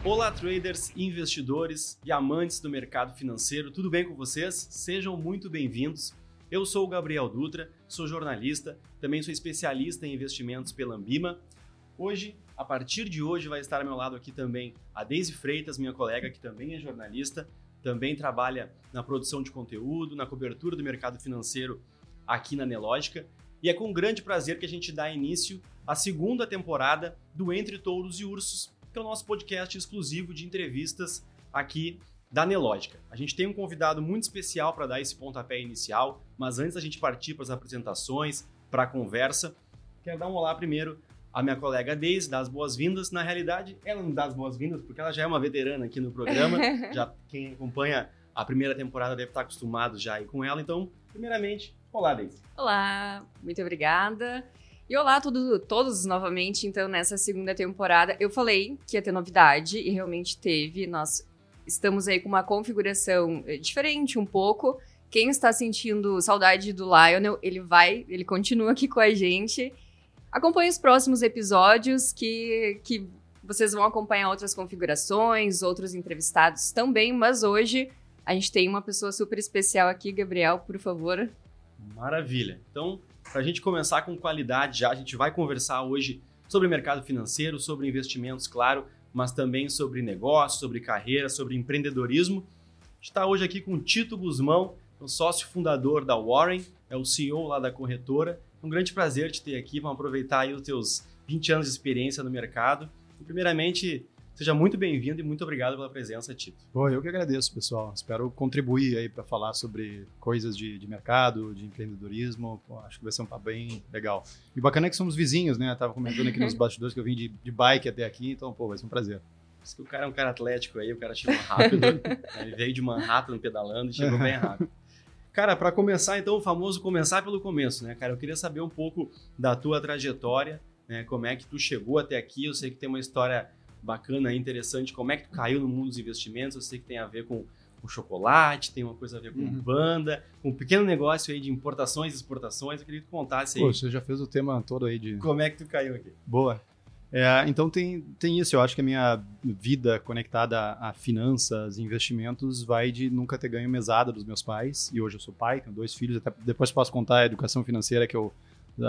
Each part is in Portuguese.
Olá, traders, investidores e amantes do mercado financeiro, tudo bem com vocês? Sejam muito bem-vindos. Eu sou o Gabriel Dutra, sou jornalista, também sou especialista em investimentos pela Ambima. Hoje, a partir de hoje, vai estar ao meu lado aqui também a Deise Freitas, minha colega, que também é jornalista, também trabalha na produção de conteúdo, na cobertura do mercado financeiro aqui na Nelógica. E é com grande prazer que a gente dá início à segunda temporada do Entre Touros e Ursos, que é o nosso podcast exclusivo de entrevistas aqui da Nelógica. A gente tem um convidado muito especial para dar esse pontapé inicial, mas antes da gente partir para as apresentações, para a conversa, quero dar um olá primeiro à minha colega Deise, dar as boas-vindas. Na realidade, ela não dá as boas-vindas porque ela já é uma veterana aqui no programa, já quem acompanha a primeira temporada deve estar acostumado já aí com ela. Então, primeiramente, olá, Deise. Olá, muito obrigada. E olá a todos novamente, então, nessa segunda temporada. Eu falei que ia ter novidade e realmente teve. Nós estamos aí com uma configuração diferente um pouco. Quem está sentindo saudade do Lionel, ele continua aqui com a gente. Acompanhe os próximos episódios que vocês vão acompanhar outras configurações, outros entrevistados também, mas hoje a gente tem uma pessoa super especial aqui, Gabriel, por favor. Maravilha. Então, para a gente começar com qualidade já, a gente vai conversar hoje sobre mercado financeiro, sobre investimentos, claro, mas também sobre negócio, sobre carreira, sobre empreendedorismo. A gente está hoje aqui com o Tito Guzmão, o sócio fundador da Warren, é o CEO lá da corretora. É um grande prazer te ter aqui, vamos aproveitar aí os teus 20 anos de experiência no mercado. E, primeiramente, seja muito bem-vindo e muito obrigado pela presença, Tito. Pô, eu que agradeço, pessoal. Espero contribuir aí para falar sobre coisas de mercado, de empreendedorismo. Pô, acho que vai ser um papo bem legal. E bacana é que somos vizinhos, né? Eu tava comentando aqui nos bastidores que eu vim de bike até aqui, então, pô, vai ser um prazer. Diz que o cara é um cara atlético aí, o cara chegou rápido. Ele veio de Manhattan pedalando e chegou bem rápido. Cara, para começar, então, o famoso começar pelo começo, né, cara? Eu queria saber um pouco da tua trajetória, né? Como é que tu chegou até aqui? Eu sei que tem uma história bacana, interessante. Como é que tu caiu no mundo dos investimentos? Eu sei que tem a ver com chocolate, tem uma coisa a ver com banda, com um pequeno negócio aí de importações e exportações. Eu queria que tu contasse aí. Pô, você já fez o tema todo aí de... Como é que tu caiu aqui? Boa. Então tem isso, eu acho que a minha vida conectada a finanças, investimentos, vai de nunca ter ganho mesada dos meus pais, e hoje eu sou pai, tenho 2 filhos, até depois posso contar a educação financeira que eu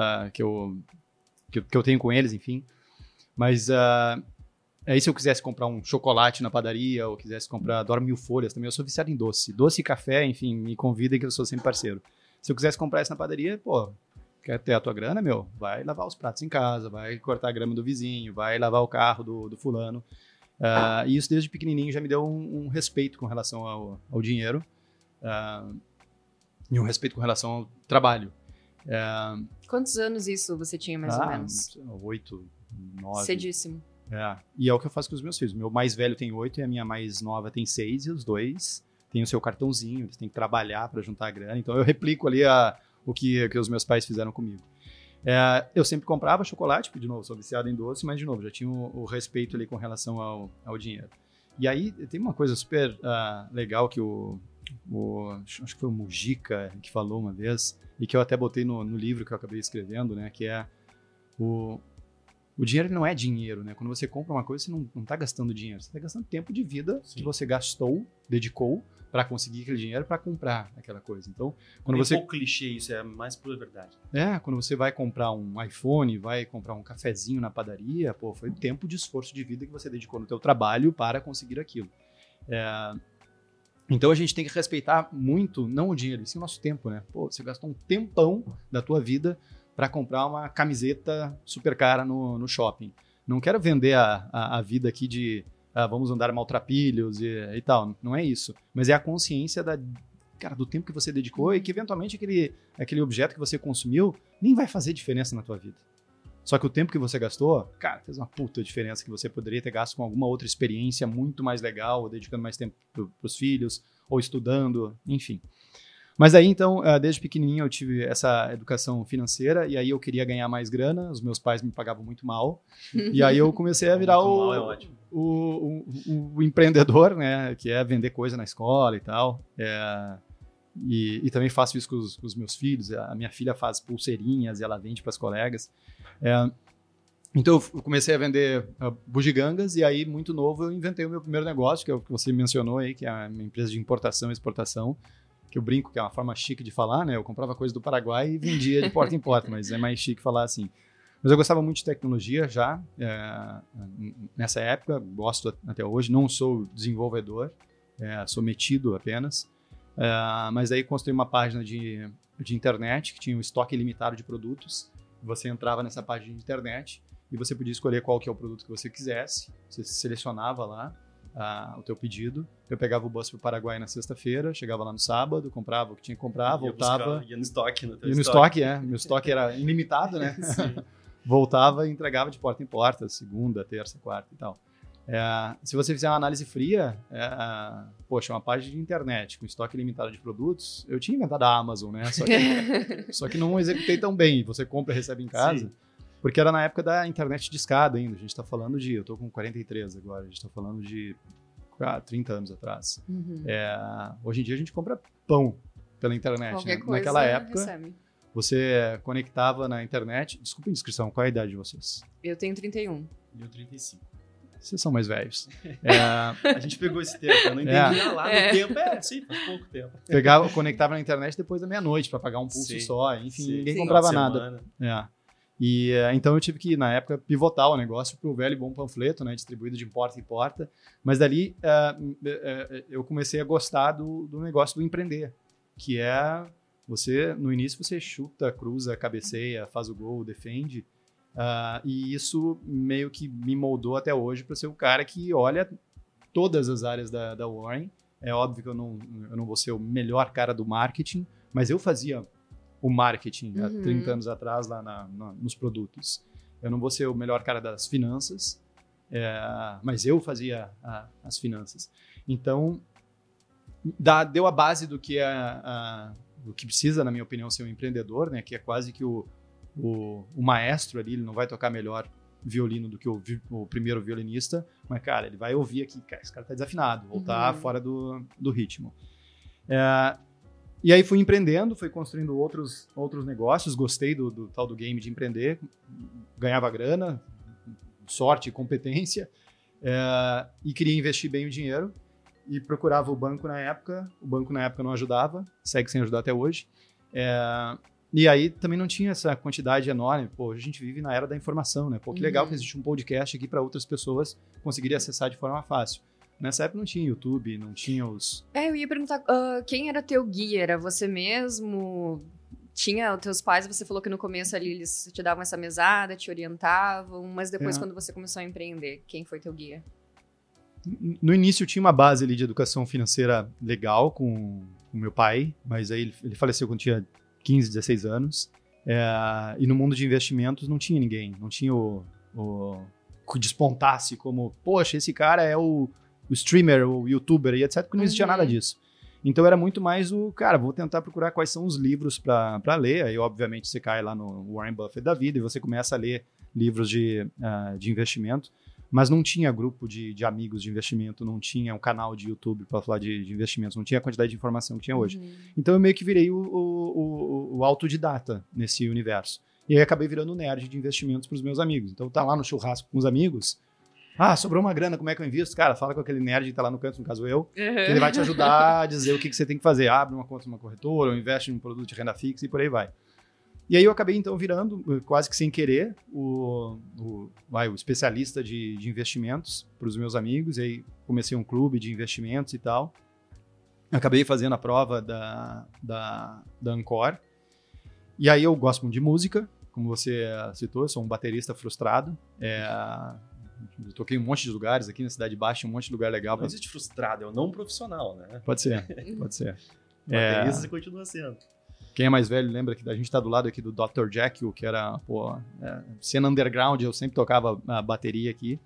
tenho com eles, enfim. Mas aí se eu quisesse comprar um chocolate na padaria, ou quisesse comprar, adoro 1000 folhas também, eu sou viciado em doce e café, enfim, me convidem que eu sou sempre parceiro. Se eu quisesse comprar isso na padaria, pô, quer ter a tua grana, meu? Vai lavar os pratos em casa, vai cortar a grama do vizinho, vai lavar o carro do fulano. E isso desde pequenininho já me deu um respeito com relação ao dinheiro e um respeito com relação ao trabalho. Quantos anos isso você tinha, mais ou menos? 8, 9. Cedíssimo. E é o que eu faço com os meus filhos. Meu mais velho tem 8 e a minha mais nova tem 6, e os dois têm o seu cartãozinho, eles têm que trabalhar para juntar a grana. Então eu replico ali o que os meus pais fizeram comigo. Eu sempre comprava chocolate, porque, de novo, sou viciado em doce, mas, de novo, já tinha o respeito ali com relação ao dinheiro. E aí, tem uma coisa super legal que acho que foi o Mujica que falou uma vez, e que eu até botei no livro que eu acabei escrevendo, né, que é o dinheiro não é dinheiro, né? Quando você compra uma coisa, você não está gastando dinheiro, você está gastando tempo de vida que você dedicou para conseguir aquele dinheiro para comprar aquela coisa. Então, quando você... É um pouco clichê isso, é mais pura verdade. Quando você vai comprar um iPhone, vai comprar um cafezinho na padaria, pô, foi tempo de esforço de vida que você dedicou no teu trabalho para conseguir aquilo. Então, a gente tem que respeitar muito, não o dinheiro, e sim o nosso tempo, né? Pô, você gastou um tempão da tua vida para comprar uma camiseta super cara no shopping. Não quero vender a vida aqui de vamos andar maltrapilhos e tal. Não é isso. Mas é a consciência do tempo que você dedicou e que eventualmente aquele objeto que você consumiu nem vai fazer diferença na tua vida. Só que o tempo que você gastou, cara, fez uma puta diferença que você poderia ter gasto com alguma outra experiência muito mais legal, ou dedicando mais tempo pros filhos, ou estudando, enfim. Mas aí, então, desde pequenininho eu tive essa educação financeira e aí eu queria ganhar mais grana, os meus pais me pagavam muito mal. E aí eu comecei a virar o empreendedor, né, que é vender coisa na escola e tal. E também faço isso com os meus filhos. A minha filha faz pulseirinhas e ela vende para as colegas. Então, eu comecei a vender bugigangas e aí, muito novo, eu inventei o meu primeiro negócio, que é o que você mencionou aí, que é a minha empresa de importação e exportação, que eu brinco que é uma forma chique de falar, né? Eu comprava coisa do Paraguai e vendia de porta em porta, mas é mais chique falar assim. Mas eu gostava muito de tecnologia já, nessa época, gosto até hoje, não sou desenvolvedor, sou metido apenas, mas aí construí uma página de internet que tinha um estoque ilimitado de produtos. Você entrava nessa página de internet e você podia escolher qual que é o produto que você quisesse. Você selecionava lá o teu pedido. Eu pegava o bus para o Paraguai na sexta-feira, chegava lá no sábado, comprava o que tinha que comprar, voltava. Ia no estoque. Ia no estoque, meu estoque era ilimitado, né? Sim. Voltava e entregava de porta em porta, segunda, terça, quarta e tal. Se você fizer uma análise fria, poxa, uma página de internet com estoque limitado de produtos, eu tinha inventado a Amazon, né? Só que não executei tão bem. Você compra e recebe em casa. Sim. Porque era na época da internet de escada ainda. A gente está falando eu tô com 43 agora, a gente está falando de 30 anos atrás. Uhum. Hoje em dia a gente compra pão pela internet. Qualquer né? coisa, naquela época, recebe. Você conectava na internet. Desculpa a inscrição, qual é a idade de vocês? Eu tenho 31. E eu 35. Vocês são mais velhos. A gente pegou esse tempo, eu não entendi lá no tempo. Sim, faz pouco tempo. Conectava na internet depois da meia-noite para pagar um pulso só. Enfim, ninguém sim. comprava nada. E então eu tive que, na época, pivotar o negócio para o velho e bom panfleto, né, distribuído de porta em porta. Mas dali eu comecei a gostar do negócio do empreender, que você, no início, você chuta, cruza, cabeceia, faz o gol, defende. E isso meio que me moldou até hoje para ser o cara que olha todas as áreas da Warren. É óbvio que eu não vou ser o melhor cara do marketing, mas eu fazia o marketing há 30 anos atrás lá nos produtos. Eu não vou ser o melhor cara das finanças, mas eu fazia as finanças. Então, deu a base do que o que precisa, na minha opinião, ser um empreendedor, né? Que é quase que o maestro ali, ele não vai tocar melhor violino do que o primeiro violinista, mas, cara, ele vai ouvir aqui, cara, esse cara tá desafinado, voltar fora do ritmo. E aí fui empreendendo, fui construindo outros negócios, gostei do tal do game de empreender, ganhava grana, sorte e competência, e queria investir bem o dinheiro, e procurava o banco na época não ajudava, segue sem ajudar até hoje, e aí também não tinha essa quantidade enorme. Pô, a gente vive na era da informação, né? Pô, que legal que existe um podcast aqui para outras pessoas conseguirem acessar de forma fácil. Nessa época não tinha YouTube, não tinha os... Eu ia perguntar, quem era teu guia? Era você mesmo? Tinha os teus pais, você falou que no começo ali eles te davam essa mesada, te orientavam, mas depois quando você começou a empreender, quem foi teu guia? No início tinha uma base ali de educação financeira legal com o meu pai, mas aí ele faleceu quando tinha 15, 16 anos, e no mundo de investimentos não tinha ninguém, não tinha o que despontasse como, poxa, esse cara é o streamer, o youtuber e etc, porque não existia nada disso. Então era muito mais vou tentar procurar quais são os livros para ler, aí obviamente você cai lá no Warren Buffett da vida e você começa a ler livros de investimento, mas não tinha grupo de amigos de investimento, não tinha um canal de YouTube para falar de investimentos, não tinha a quantidade de informação que tinha hoje. Então eu meio que virei o autodidata nesse universo. E aí acabei virando nerd de investimentos para os meus amigos. Então tá lá no churrasco com os amigos, sobrou uma grana, como é que eu invisto? Cara, fala com aquele nerd que tá lá no canto, no caso eu, que ele vai te ajudar a dizer o que você tem que fazer. Abre uma conta numa corretora, ou investe em um produto de renda fixa e por aí vai. E aí eu acabei, então, virando, quase que sem querer, o especialista de investimentos para os meus amigos. E aí comecei um clube de investimentos e tal. Acabei fazendo a prova da Ancor. E aí eu gosto muito de música, como você citou, eu sou um baterista frustrado. Eu toquei em um monte de lugares aqui na Cidade Baixa, um monte de lugar legal. Não existe frustrado, é o não profissional, né? Pode ser. Baterista você continua sendo. Quem é mais velho lembra que a gente tá do lado aqui do Dr. Jekyll, que era, cena underground, eu sempre tocava a bateria aqui.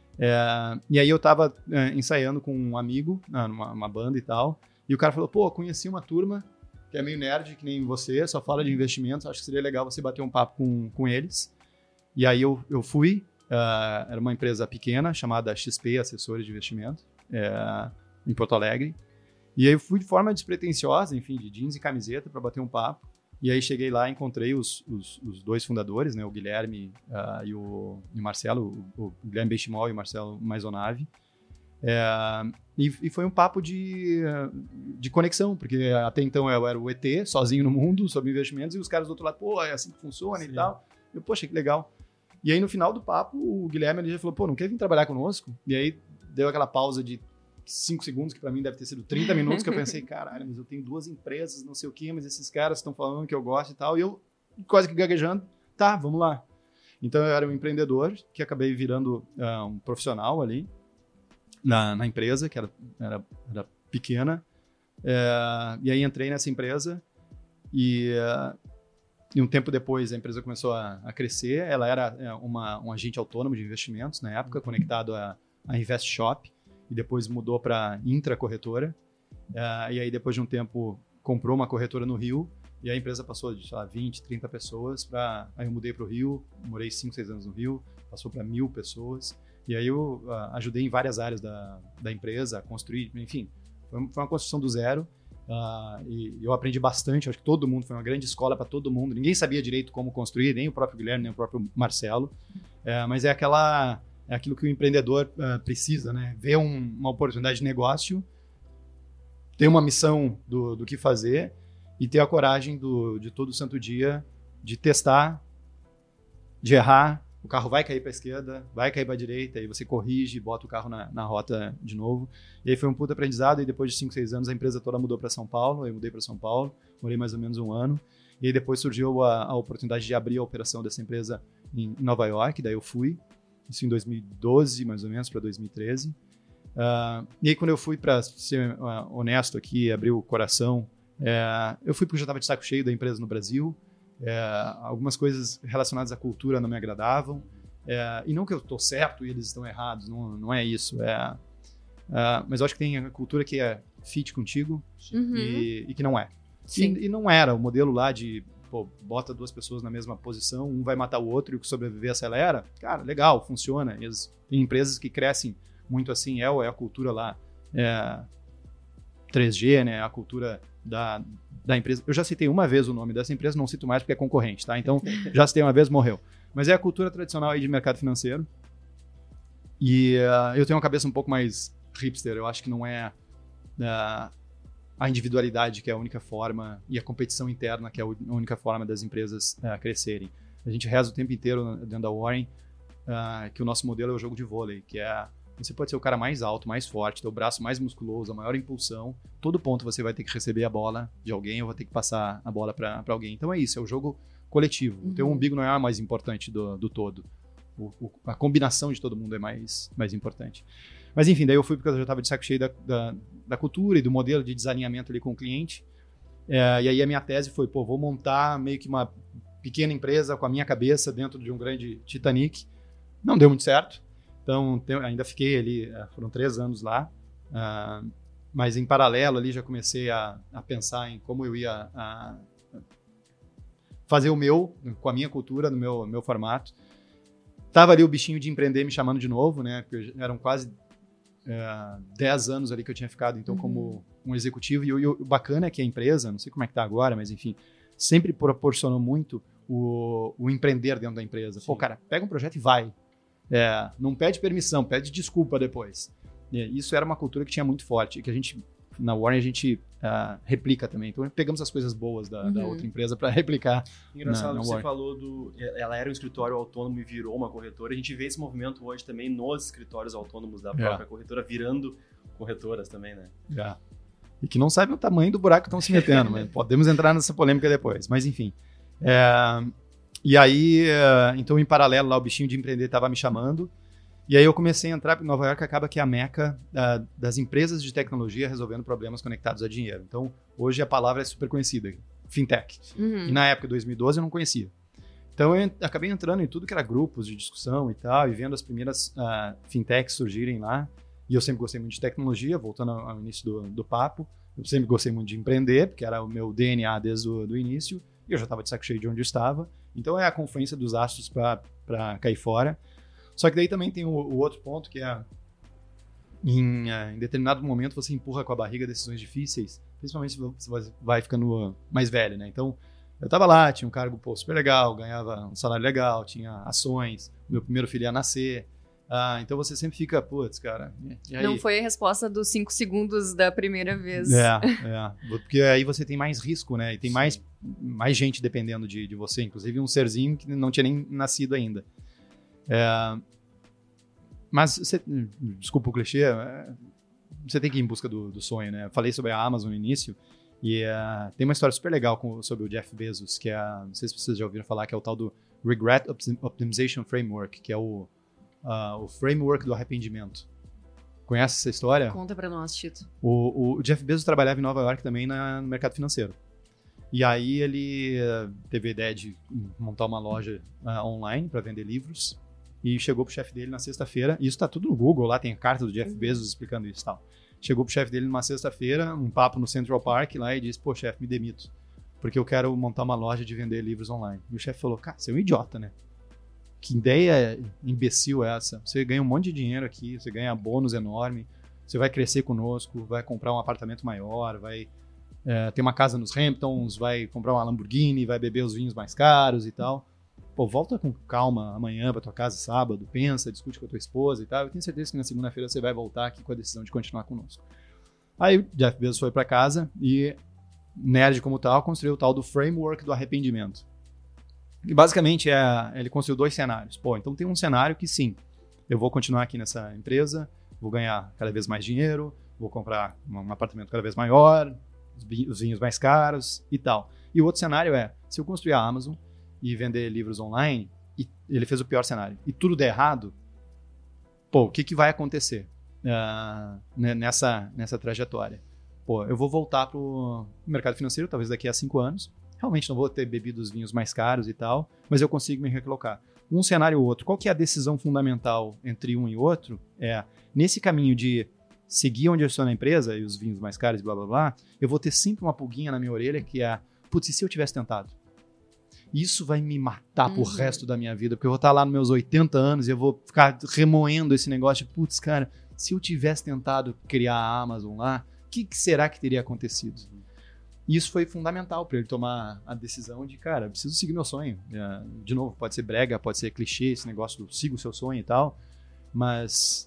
E aí eu tava ensaiando com um amigo, numa banda e tal, e o cara falou, conheci uma turma que é meio nerd, que nem você, só fala de investimentos, acho que seria legal você bater um papo com eles. E aí eu fui, era uma empresa pequena, chamada XP, Assessores de Investimento, em Porto Alegre. E aí eu fui de forma despretensiosa, enfim, de jeans e camiseta para bater um papo. E aí cheguei lá e encontrei os dois fundadores, né, o Guilherme e o Marcelo, o Guilherme Benchimol e o Marcelo Maisonave. E foi um papo de conexão, porque até então eu era o ET, sozinho no mundo, sobre investimentos, e os caras do outro lado, pô, é assim que funciona e tal. Eu, poxa, que legal. E aí no final do papo, o Guilherme ali já falou, pô, não quer vir trabalhar conosco? E aí deu aquela pausa de 5 segundos, que pra mim deve ter sido 30 minutos, que eu pensei, caralho, mas eu tenho 2 empresas, não sei o quê, mas esses caras estão falando que eu gosto e tal, e eu quase que gaguejando, tá, vamos lá. Então eu era um empreendedor, que acabei virando um profissional ali, na empresa, que era pequena, e aí entrei nessa empresa, e um tempo depois a empresa começou a crescer, ela era um agente autônomo de investimentos, na época, conectado a InvestShop, e depois mudou para Intra Corretora, e aí depois de um tempo comprou uma corretora no Rio, e a empresa passou de, sei lá, 20, 30 pessoas, aí eu mudei para o Rio, morei 5, 6 anos no Rio, passou para 1.000 pessoas, e aí eu ajudei em várias áreas da empresa a construir, enfim, foi uma construção do zero, e eu aprendi bastante, acho que todo mundo, foi uma grande escola para todo mundo, ninguém sabia direito como construir, nem o próprio Guilherme, nem o próprio Marcelo, mas é aquilo que o empreendedor precisa, né? Ver uma oportunidade de negócio, ter uma missão do que fazer e ter a coragem de todo santo dia de testar, de errar. O carro vai cair para a esquerda, vai cair para a direita, aí você corrige, bota o carro na rota de novo. E aí foi um puta aprendizado, e depois de 5, 6 anos a empresa toda mudou para São Paulo, eu mudei para São Paulo, morei mais ou menos 1 ano, e aí depois surgiu a oportunidade de abrir a operação dessa empresa em Nova York, daí eu fui, isso em 2012, mais ou menos, para 2013. E aí quando eu fui, para ser honesto aqui, abrir o coração, eu fui porque eu já estava de saco cheio da empresa no Brasil, algumas coisas relacionadas à cultura não me agradavam, e não que eu estou certo e eles estão errados, não é isso, mas eu acho que tem a cultura que é fit contigo e que não é. E não era o modelo lá de, pô, bota 2 pessoas na mesma posição, um vai matar o outro e o que sobreviver acelera. Cara, legal, funciona. Tem empresas que crescem muito assim, é a cultura lá, 3G, né, a cultura da empresa. Eu já citei uma vez o nome dessa empresa, não cito mais porque é concorrente, tá? Então, já citei uma vez, morreu. Mas é a cultura tradicional aí de mercado financeiro. E eu tenho uma cabeça um pouco mais hipster, eu acho que não é a individualidade que é a única forma, e a competição interna que é a única forma das empresas crescerem. A gente reza o tempo inteiro dentro da Warren que o nosso modelo é o jogo de vôlei, que você pode ser o cara mais alto, mais forte, ter o braço mais musculoso, a maior impulsão, todo ponto você vai ter que receber a bola de alguém ou vai ter que passar a bola para alguém. Então é isso, é o jogo coletivo. O teu umbigo não é a mais importante do todo. A combinação de todo mundo é mais importante. Mas enfim, daí eu fui porque eu já estava de saco cheio da cultura e do modelo de desalinhamento ali com o cliente. E aí a minha tese foi, vou montar meio que uma pequena empresa com a minha cabeça dentro de um grande Titanic. Não deu muito certo. Então, ainda fiquei ali, foram 3 anos lá, mas em paralelo ali já comecei a pensar em como eu ia fazer o meu, com a minha cultura, no meu formato. Tava ali o bichinho de empreender me chamando de novo, né? Porque eram quase 10 anos ali que eu tinha ficado, então, como um executivo. E o bacana é que a empresa, não sei como é que tá agora, mas enfim, sempre proporcionou muito o empreender dentro da empresa. Sim. Pô, cara, pega um projeto e vai. Não pede permissão, pede desculpa depois. Isso era uma cultura que tinha muito forte, que a gente, na Warren, a gente replica também. Então, pegamos as coisas boas da outra empresa para replicar. Engraçado, na você Warren. falou ela era um escritório autônomo e virou uma corretora. A gente vê esse movimento hoje também nos escritórios autônomos da própria corretora, virando corretoras também, né? E que não sabem o tamanho do buraco que estão se metendo, mas podemos entrar nessa polêmica depois. Mas, enfim. E aí, então, em paralelo, lá o bichinho de empreender estava me chamando. E aí eu comecei a entrar, porque Nova York acaba que é a meca das empresas de tecnologia resolvendo problemas conectados a dinheiro. Então, hoje a palavra é super conhecida, fintech. E na época, 2012, eu não conhecia. Então, eu acabei entrando em tudo que era grupos de discussão e tal, e vendo as primeiras fintechs surgirem lá. E eu sempre gostei muito de tecnologia, voltando ao início do papo. Eu sempre gostei muito de empreender, porque era o meu DNA desde o início. E eu já estava de saco cheio de onde eu estava. Então, é a confluência dos astros para cair fora. Só que daí também tem o outro ponto, que em determinado momento você empurra com a barriga decisões difíceis, principalmente se você vai ficando mais velho, né? Então, Eu tava lá, tinha um cargo super legal, ganhava um salário legal, tinha ações, meu primeiro filho ia nascer. Então você sempre fica, putz, cara. E aí? Não foi a resposta dos 5 segundos da primeira vez. Porque aí você tem mais risco, né? E tem mais gente dependendo de você, inclusive um serzinho que não tinha nem nascido ainda. Mas, desculpa o clichê, você tem que ir em busca do sonho, né? Eu falei sobre a Amazon no início e tem uma história super legal sobre o Jeff Bezos, que não sei se vocês já ouviram falar, que é o tal do Regret Optimization Framework, que é o framework do arrependimento. Conhece essa história? Conta pra nós, Tito. O Jeff Bezos trabalhava em Nova York também no mercado financeiro. E aí ele teve a ideia de montar uma loja online para vender livros e chegou pro chefe dele na sexta-feira. Isso tá tudo no Google, lá tem a carta do Jeff Bezos explicando isso e tal. Chegou pro chefe dele numa sexta-feira, um papo no Central Park lá e disse, pô, chefe, me demito, porque eu quero montar uma loja de vender livros online. E o chefe falou, cara, você é um idiota, né? Que ideia imbecil é essa? Você ganha um monte de dinheiro aqui, você ganha bônus enorme, você vai crescer conosco, vai comprar um apartamento maior, vai ter uma casa nos Hamptons, vai comprar uma Lamborghini, vai beber os vinhos mais caros e tal. Pô, volta com calma amanhã pra tua casa sábado, pensa, discute com a tua esposa e tal. Eu tenho certeza que na segunda-feira você vai voltar aqui com a decisão de continuar conosco. Aí o Jeff Bezos foi pra casa e, nerd como tal, construiu o tal do framework do arrependimento. E basicamente ele construiu 2 cenários. Pô, então tem um cenário que sim, eu vou continuar aqui nessa empresa, vou ganhar cada vez mais dinheiro, vou comprar um apartamento cada vez maior, os vinhos mais caros e tal. E o outro cenário se eu construir a Amazon e vender livros online, e ele fez o pior cenário, e tudo der errado, pô, o que vai acontecer nessa trajetória? Pô, eu vou voltar pro mercado financeiro, talvez daqui a 5 anos, realmente não vou ter bebido os vinhos mais caros e tal, mas eu consigo me recolocar. Um cenário ou outro, qual que é a decisão fundamental entre um e outro? Nesse caminho de seguir onde eu estou na empresa, e os vinhos mais caros e blá blá blá, eu vou ter sempre uma pulguinha na minha orelha que putz, e se eu tivesse tentado? Isso vai me matar pro resto da minha vida, porque eu vou estar lá nos meus 80 anos e eu vou ficar remoendo esse negócio de, putz, cara, se eu tivesse tentado criar a Amazon lá, o que será que teria acontecido? E isso foi fundamental para ele tomar a decisão de, cara, preciso seguir meu sonho. De novo, pode ser brega, pode ser clichê, esse negócio do siga o seu sonho e tal, mas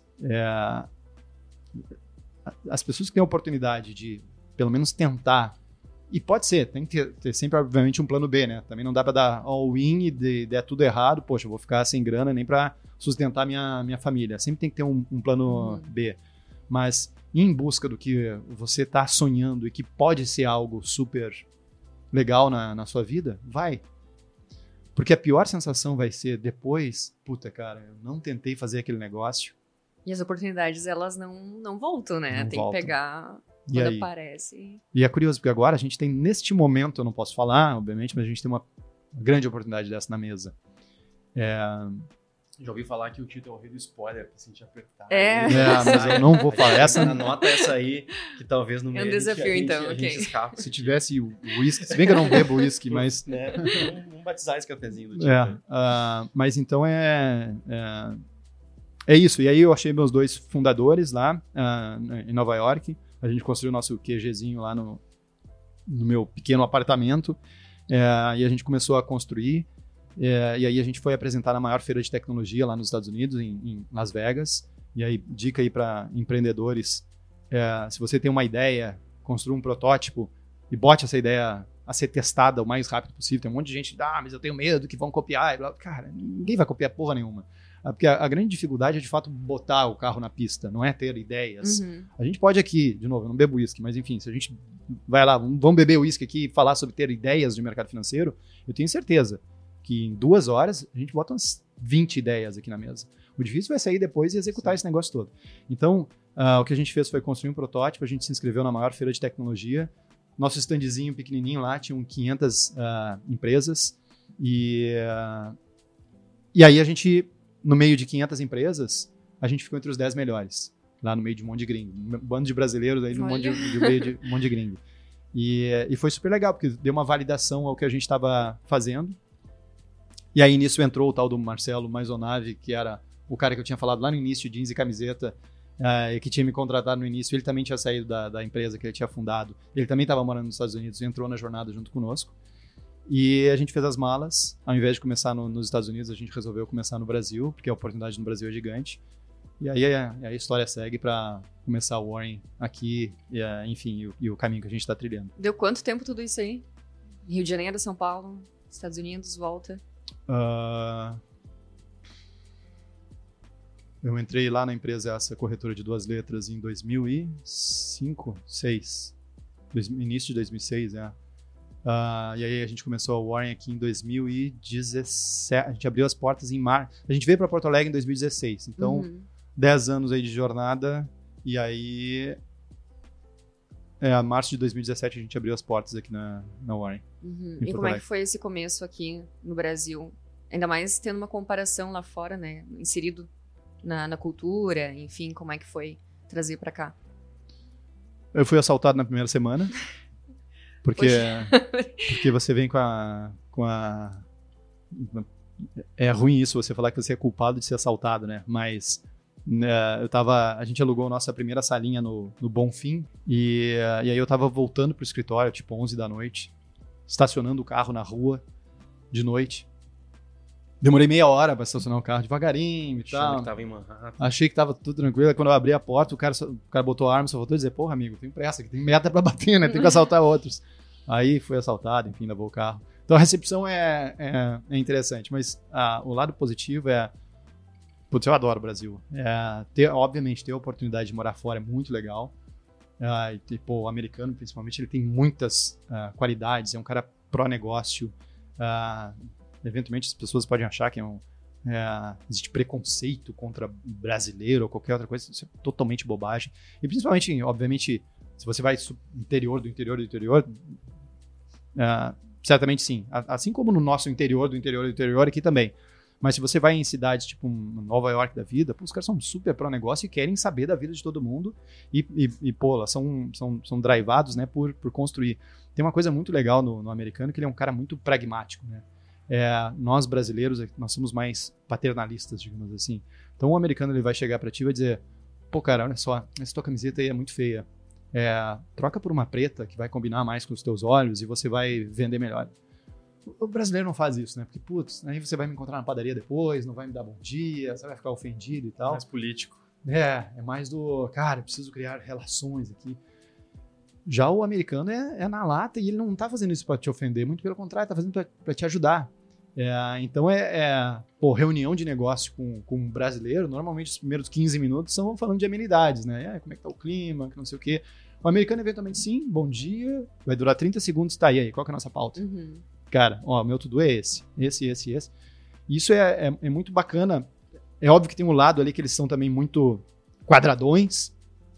as pessoas que têm a oportunidade de, pelo menos, tentar. E pode ser, tem que ter sempre, obviamente, um plano B, né? Também não dá para dar all-in e der tudo errado, poxa, eu vou ficar sem grana nem para sustentar minha família. Sempre tem que ter um plano B. Mas ir em busca do que você está sonhando e que pode ser algo super legal na sua vida, vai. Porque a pior sensação vai ser depois, puta, cara, eu não tentei fazer aquele negócio. E as oportunidades, elas não voltam, né? Não tem voltam. que pegar quando aparece. E é curioso, porque agora a gente tem, neste momento, eu não posso falar, obviamente, mas a gente tem uma grande oportunidade dessa na mesa. Já ouvi falar que o Tito é o rei do spoiler, pra sentir apertado. Mas eu não vou falar. Anota essa aí, que talvez no meio um desafio, a gente escapa. Se tivesse o uísque, se bem que eu não bebo uísque, mas... Vamos batizar esse cafezinho do Tito. Mas então é isso. E aí eu achei meus 2 fundadores lá em Nova York. A gente construiu o nosso QGzinho lá no meu pequeno apartamento. E a gente começou a construir. E aí a gente foi apresentar na maior feira de tecnologia lá nos Estados Unidos, em Las Vegas. E aí, dica aí para empreendedores, se você tem uma ideia, construa um protótipo e bote essa ideia a ser testada o mais rápido possível. Tem um monte de gente, mas eu tenho medo que vão copiar. E blá. Cara, ninguém vai copiar porra nenhuma. Porque a grande dificuldade é, de fato, botar o carro na pista, não é ter ideias. A gente pode aqui, de novo, eu não bebo uísque, mas enfim, se a gente vai lá, vamos beber uísque aqui e falar sobre ter ideias de mercado financeiro, eu tenho certeza que em 2 horas a gente bota umas 20 ideias aqui na mesa. O difícil vai sair depois e executar esse negócio todo. Então, o que a gente fez foi construir um protótipo, a gente se inscreveu na maior feira de tecnologia, nosso standzinho pequenininho lá, tinham 500 empresas, e aí a gente, no meio de 500 empresas, a gente ficou entre os 10 melhores, lá no meio de um monte de gringo. Um bando de brasileiros aí no meio de um monte de gringo. E foi super legal, porque deu uma validação ao que a gente estava fazendo. E aí nisso entrou o tal do Marcelo Maisonave, que era o cara que eu tinha falado lá no início, jeans e camiseta, e que tinha me contratado no início. Ele também tinha saído da empresa que ele tinha fundado. Ele também estava morando nos Estados Unidos e entrou na jornada junto conosco. E a gente fez as malas. Ao invés de começar nos Estados Unidos, a gente resolveu começar no Brasil, porque a oportunidade no Brasil é gigante. E aí a história segue para começar o Warren aqui, enfim, e o caminho que a gente está trilhando. Deu quanto tempo tudo isso aí? Rio de Janeiro, São Paulo, Estados Unidos, volta? Eu entrei lá na empresa, essa corretora de 2 letras, em 2005, 2006. Início de 2006, E aí a gente começou a Warren aqui em 2017. A gente abriu as portas em março. A gente veio para Porto Alegre em 2016. Então, 10 anos aí de jornada. E aí, março de 2017, a gente abriu as portas aqui na Warren. E como é que foi esse começo aqui no Brasil? Ainda mais tendo uma comparação lá fora, né? Inserido na cultura, enfim, como é que foi trazer para cá? Eu fui assaltado na primeira semana. Porque você vem com a... É ruim isso, você falar que você é culpado de ser assaltado, né? Mas a gente alugou a nossa primeira salinha no Bonfim e aí eu tava voltando pro escritório, tipo 11 da noite, estacionando o carro na rua de noite. Demorei meia hora pra estacionar o carro devagarinho e tal. Que tava em Manhattan. Achei que tava tudo tranquilo. Quando eu abri a porta, o cara botou a arma, só voltou a dizer, porra, amigo, tem pressa aqui, tem meta pra bater, né? Tem que assaltar outros. Aí fui assaltado, enfim, levou o carro. Então a recepção é interessante, mas o lado positivo putz, eu adoro o Brasil. Obviamente, ter a oportunidade de morar fora é muito legal. O americano, principalmente, ele tem muitas qualidades, é um cara pró-negócio. Eventualmente, as pessoas podem achar que existe preconceito contra brasileiro ou qualquer outra coisa. Isso é totalmente bobagem. E principalmente, obviamente, se você vai interior do interior, certamente sim. Assim como no nosso interior do interior aqui também. Mas se você vai em cidades tipo Nova York da vida, os caras são super pró-negócio e querem saber da vida de todo mundo elas são drivados, né, por construir. Tem uma coisa muito legal no americano, que ele é um cara muito pragmático, né? Nós brasileiros, nós somos mais paternalistas, digamos assim. Então o americano ele vai chegar pra ti e vai dizer, pô cara, olha só, essa tua camiseta aí é muito feia. Troca por uma preta que vai combinar mais com os teus olhos e você vai vender melhor. O brasileiro não faz isso, né? Porque, putz, aí você vai me encontrar na padaria depois, não vai me dar bom dia, você vai ficar ofendido e tal. Mais político. É mais do, cara, eu preciso criar relações aqui. Já o americano é na lata e ele não tá fazendo isso pra te ofender, muito pelo contrário, tá fazendo pra te ajudar. Então reunião de negócio com um brasileiro, normalmente os primeiros 15 minutos são falando de amenidades, né? Como é que tá o clima, que não sei o quê. O americano, eventualmente, sim, bom dia, vai durar 30 segundos, tá, e aí, qual que é a nossa pauta? Cara, o meu tudo é esse. Isso é muito bacana. É óbvio que tem um lado ali que eles são também muito quadradões.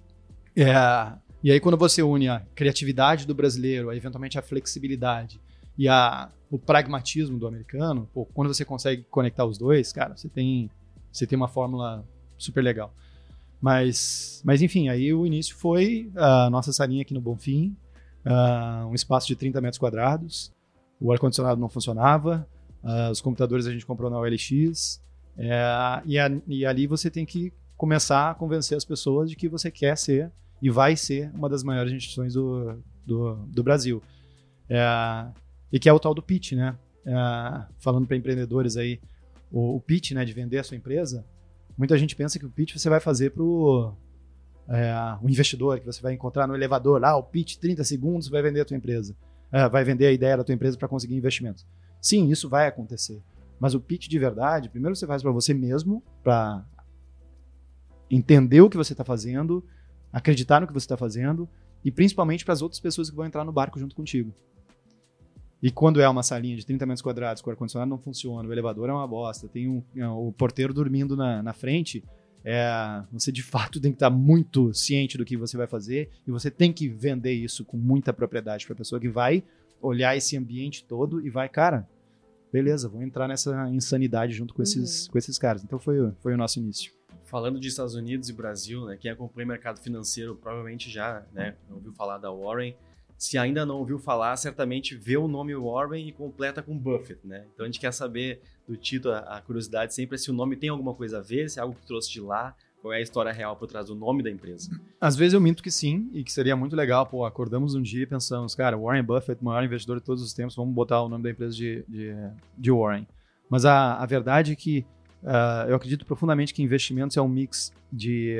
E aí quando você une a criatividade do brasileiro, eventualmente a flexibilidade e o pragmatismo do americano, quando você consegue conectar os dois, cara, você tem uma fórmula super legal. Mas enfim, aí o início foi a nossa salinha aqui no Bonfim, um espaço de 30 metros quadrados. O ar-condicionado não funcionava, os computadores a gente comprou na OLX, e ali você tem que começar a convencer as pessoas de que você quer ser e vai ser uma das maiores instituições do Brasil. E que é o tal do pitch, né? Falando para empreendedores aí, o pitch, né, de vender a sua empresa, muita gente pensa que o pitch você vai fazer para o investidor, que você vai encontrar no elevador lá, o pitch, 30 segundos, vai vender a tua empresa. Vai vender a ideia da tua empresa para conseguir investimentos. Sim, isso vai acontecer. Mas o pitch de verdade, primeiro você faz para você mesmo, para entender o que você está fazendo, acreditar no que você está fazendo e principalmente para as outras pessoas que vão entrar no barco junto contigo. E quando é uma salinha de 30 metros quadrados, com o ar-condicionado não funciona, o elevador é uma bosta, tem o porteiro dormindo na frente, você de fato tem que estar muito ciente do que você vai fazer e você tem que vender isso com muita propriedade para a pessoa que vai olhar esse ambiente todo e vai, cara, beleza, vou entrar nessa insanidade junto com esses caras. Então foi o nosso início. Falando de Estados Unidos e Brasil, né, quem acompanha o mercado financeiro provavelmente já, né, ouviu falar da Warren. Se ainda não ouviu falar, certamente vê o nome Warren e completa com Buffett, né? Então a gente quer saber do Tito, a curiosidade sempre é se o nome tem alguma coisa a ver, se é algo que trouxe de lá, Qual é a história real por trás do nome da empresa? Às vezes eu minto que sim, e que seria muito legal. Pô, acordamos um dia e pensamos, cara, Warren Buffett, maior investidor de todos os tempos, vamos botar o nome da empresa de Warren. Mas a verdade é que eu acredito profundamente que investimentos é um mix de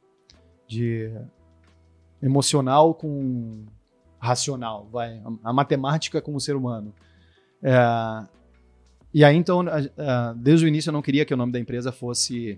emocional com racional, a matemática com o ser humano. E aí, então, desde o início eu não queria que o nome da empresa fosse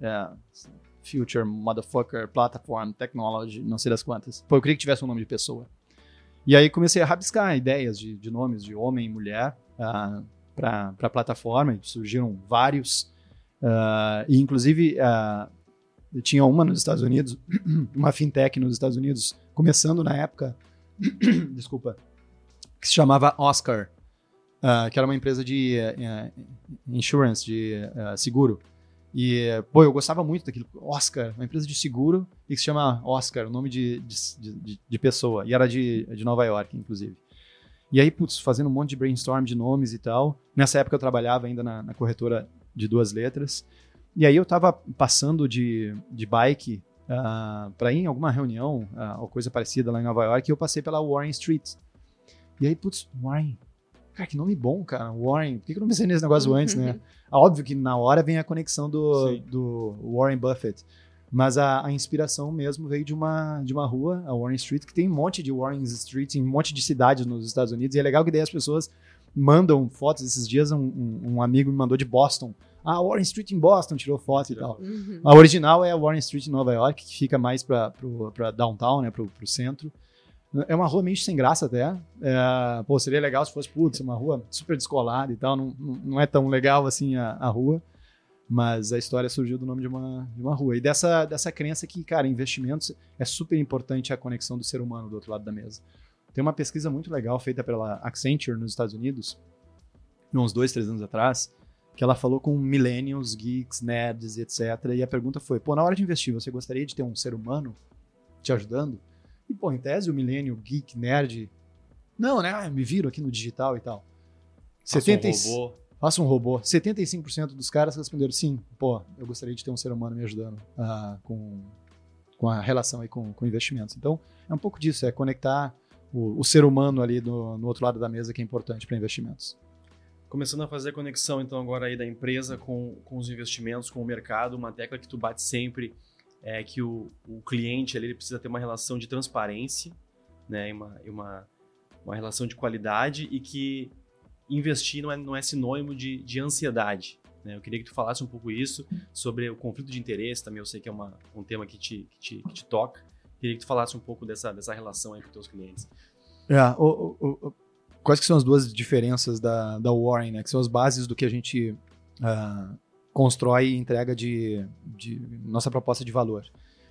Future Motherfucker Platform Technology, não sei das quantas. Pô, eu queria que tivesse um nome de pessoa. E aí comecei a rabiscar ideias de nomes de homem e mulher para a plataforma, e surgiram vários. E inclusive, tinha uma nos Estados Unidos, uma fintech nos Estados Unidos, começando na época, desculpa, que se chamava Oscar, que era uma empresa de insurance, de seguro. E, pô, eu gostava muito daquilo. Oscar, uma empresa de seguro e que se chama Oscar, o nome de pessoa. E era de Nova York, inclusive. E aí, putz, fazendo um monte de brainstorm de nomes e tal. Nessa época eu trabalhava ainda na corretora de 2 letras. E aí eu tava passando de bike para ir em alguma reunião ou coisa parecida lá em Nova York, e eu passei pela Warren Street. E aí, putz, Warren... Cara, que nome bom, cara. Warren. Por que eu não pensei nesse negócio antes, né? Óbvio que na hora vem a conexão do Warren Buffett. Mas a inspiração mesmo veio de uma rua, a Warren Street, que tem um monte de Warren Street em um monte de cidades nos Estados Unidos. E é legal que daí as pessoas mandam fotos. Esses dias um amigo me mandou de Boston. Warren Street em Boston, tirou foto e tal. A original é a Warren Street em Nova York, que fica mais para downtown, né, pro centro. É uma rua meio sem graça até. Pô, seria legal se fosse, putz, uma rua super descolada e tal. Não é tão legal assim a rua. Mas a história surgiu do nome de uma rua. E dessa crença que, cara, investimentos é super importante a conexão do ser humano do outro lado da mesa. Tem uma pesquisa muito legal feita pela Accenture nos Estados Unidos, uns 2-3 anos atrás, que ela falou com millennials, geeks, nerds, etc. E a pergunta foi, pô, na hora de investir, você gostaria de ter um ser humano te ajudando? E, pô, em tese, o millennial, geek, nerd... Não, né? Me viro aqui no digital e tal. Faça um robô. 75% dos caras responderam sim. Pô, eu gostaria de ter um ser humano me ajudando com a relação aí com investimentos. Então, é um pouco disso. É conectar o ser humano ali no outro lado da mesa, que é importante para investimentos. Começando a fazer a conexão, então, agora aí da empresa com os investimentos, com o mercado, uma tecla que tu bate sempre é que o cliente ali, ele precisa ter uma relação de transparência, né, e uma relação de qualidade, e que investir não é sinônimo de ansiedade. Né? Eu queria que tu falasse um pouco isso, sobre o conflito de interesse também, eu sei que é um tema que te toca. Queria que tu falasse um pouco dessa relação aí com os teus clientes. Quais que são as duas diferenças da Warren, né? Que são as bases do que a gente constrói e entrega de nossa proposta de valor.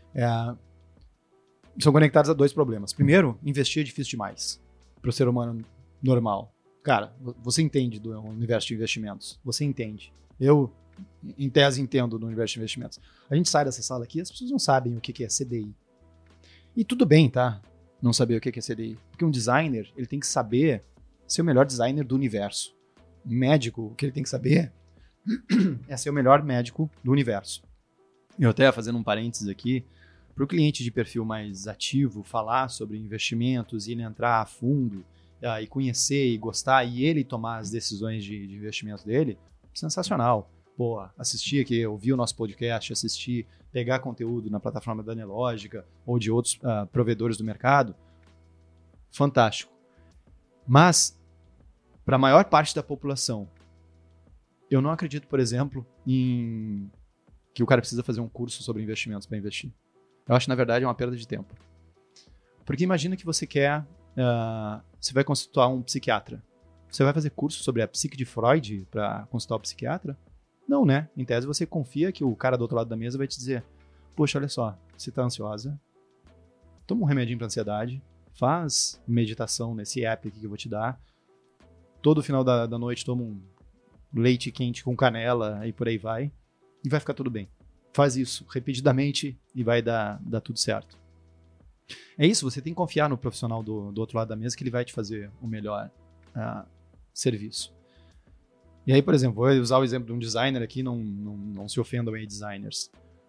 São conectados a 2 problemas. Primeiro, investir é difícil demais para o ser humano normal. Cara, você entende do universo de investimentos. Você entende. Eu, em tese, entendo do universo de investimentos. A gente sai dessa sala aqui, as pessoas não sabem o que é CDI. E tudo bem, tá? Não saber o que é CDI. Porque um designer, ele tem que saber ser o melhor designer do universo. Um médico, o que ele tem que saber é ser o melhor médico do universo. Eu até, fazendo um parênteses aqui, para o cliente de perfil mais ativo falar sobre investimentos e ele entrar a fundo e conhecer e gostar e ele tomar as decisões de investimento dele, sensacional. Pô, assistir aqui, ouvir o nosso podcast, assistir, pegar conteúdo na plataforma da Nelogica ou de outros provedores do mercado, fantástico. Mas, para a maior parte da população, eu não acredito, por exemplo, que o cara precisa fazer um curso sobre investimentos para investir. Eu acho, na verdade, é uma perda de tempo. Porque imagina que você você vai consultar um psiquiatra. Você vai fazer curso sobre a psique de Freud para consultar o psiquiatra? Não, né? Em tese, você confia que o cara do outro lado da mesa vai te dizer, poxa, olha só, você tá ansiosa, toma um remedinho para ansiedade, faz meditação nesse app aqui que eu vou te dar, todo final da noite toma um leite quente com canela e por aí vai, e vai ficar tudo bem. Faz isso repetidamente e vai dar tudo certo. É isso, você tem que confiar no profissional do outro lado da mesa que ele vai te fazer o melhor serviço. E aí, por exemplo, vou usar o exemplo de um designer aqui, não se ofendam aí designers.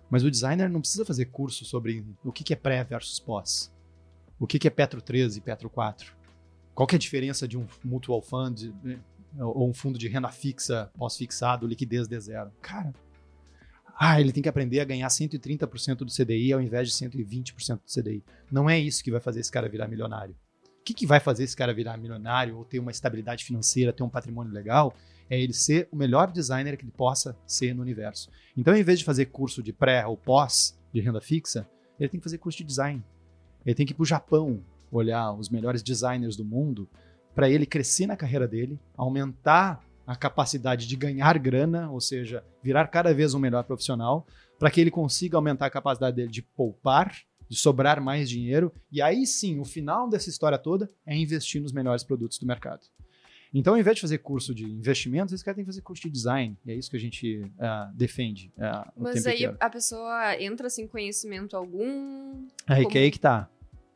Mas o designer não precisa fazer curso sobre o que é pré versus pós. O que é Petro 13 e Petro 4. Qual que é a diferença de um mutual fund ou um fundo de renda fixa, pós-fixado, liquidez D0? Cara, ele tem que aprender a ganhar 130% do CDI ao invés de 120% do CDI. Não é isso que vai fazer esse cara virar milionário. O que vai fazer esse cara virar milionário ou ter uma estabilidade financeira, ter um patrimônio legal? É ele ser o melhor designer que ele possa ser no universo. Então, em vez de fazer curso de pré ou pós de renda fixa, ele tem que fazer curso de design. Ele tem que ir para o Japão, olhar os melhores designers do mundo, para ele crescer na carreira dele, aumentar a capacidade de ganhar grana, ou seja, virar cada vez um melhor profissional, para que ele consiga aumentar a capacidade dele de poupar, de sobrar mais dinheiro, e aí sim, o final dessa história toda é investir nos melhores produtos do mercado. Então, ao invés de fazer curso de investimentos, esse cara tem que fazer curso de design. E é isso que a gente defende. Mas aí a pessoa entra sem conhecimento algum? Aí que tá.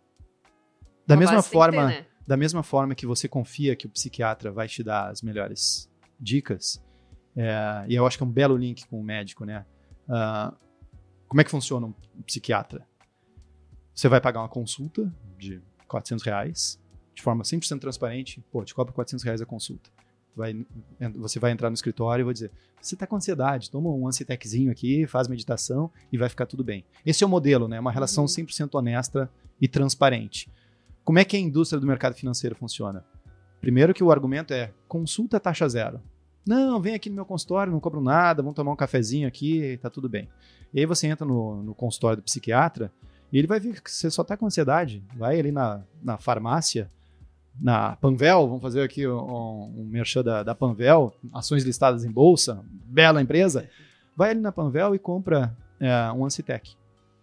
Da mesma forma que você confia que o psiquiatra vai te dar as melhores dicas, e eu acho que é um belo link com o médico, né? Como é que funciona um psiquiatra? Você vai pagar uma consulta de R$400, de forma 100% transparente, te cobra R$400 a consulta. Você vai entrar no escritório e vai dizer, você está com ansiedade, toma um Anciteczinho aqui, faz meditação e vai ficar tudo bem. Esse é o modelo, né? Uma relação 100% honesta e transparente. Como é que a indústria do mercado financeiro funciona? Primeiro que o argumento é, consulta taxa zero. Não, vem aqui no meu consultório, não cobro nada, vamos tomar um cafezinho aqui, tá tudo bem. E aí você entra no consultório do psiquiatra e ele vai ver que você só está com ansiedade. Vai ali na farmácia, na Panvel, vamos fazer aqui um merchan da Panvel, ações listadas em bolsa, bela empresa. Vai ali na Panvel e compra um Ancitec.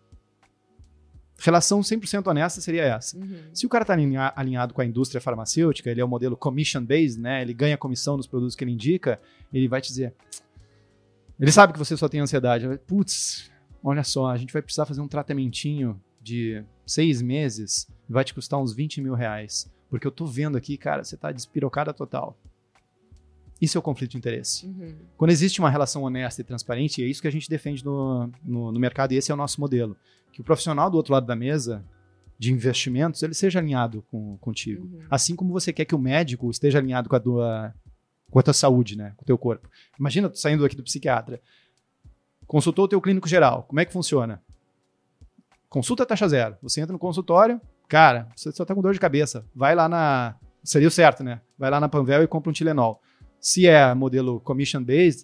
Relação 100% honesta seria essa. Se o cara está alinhado com a indústria farmacêutica, ele é o modelo commission-based, né? Ele ganha comissão nos produtos que ele indica, ele vai te dizer... Ele sabe que você só tem ansiedade. Putz, olha só, a gente vai precisar fazer um tratamentinho de 6 meses, vai te custar uns R$20 mil. Porque eu tô vendo aqui, cara, você tá despirocada total. Isso é o conflito de interesse. Quando existe uma relação honesta e transparente, é isso que a gente defende no mercado, e esse é o nosso modelo. Que o profissional do outro lado da mesa, de investimentos, ele seja alinhado contigo. Assim como você quer que o médico esteja alinhado com a tua saúde, né? Com o teu corpo. Imagina tu saindo aqui do psiquiatra. Consultou o teu clínico geral. Como é que funciona? Consulta taxa zero. Você entra no consultório, cara, você só tá com dor de cabeça. Vai lá seria o certo, né? Vai lá na Panvel e compra um Tilenol. Se é modelo commission-based,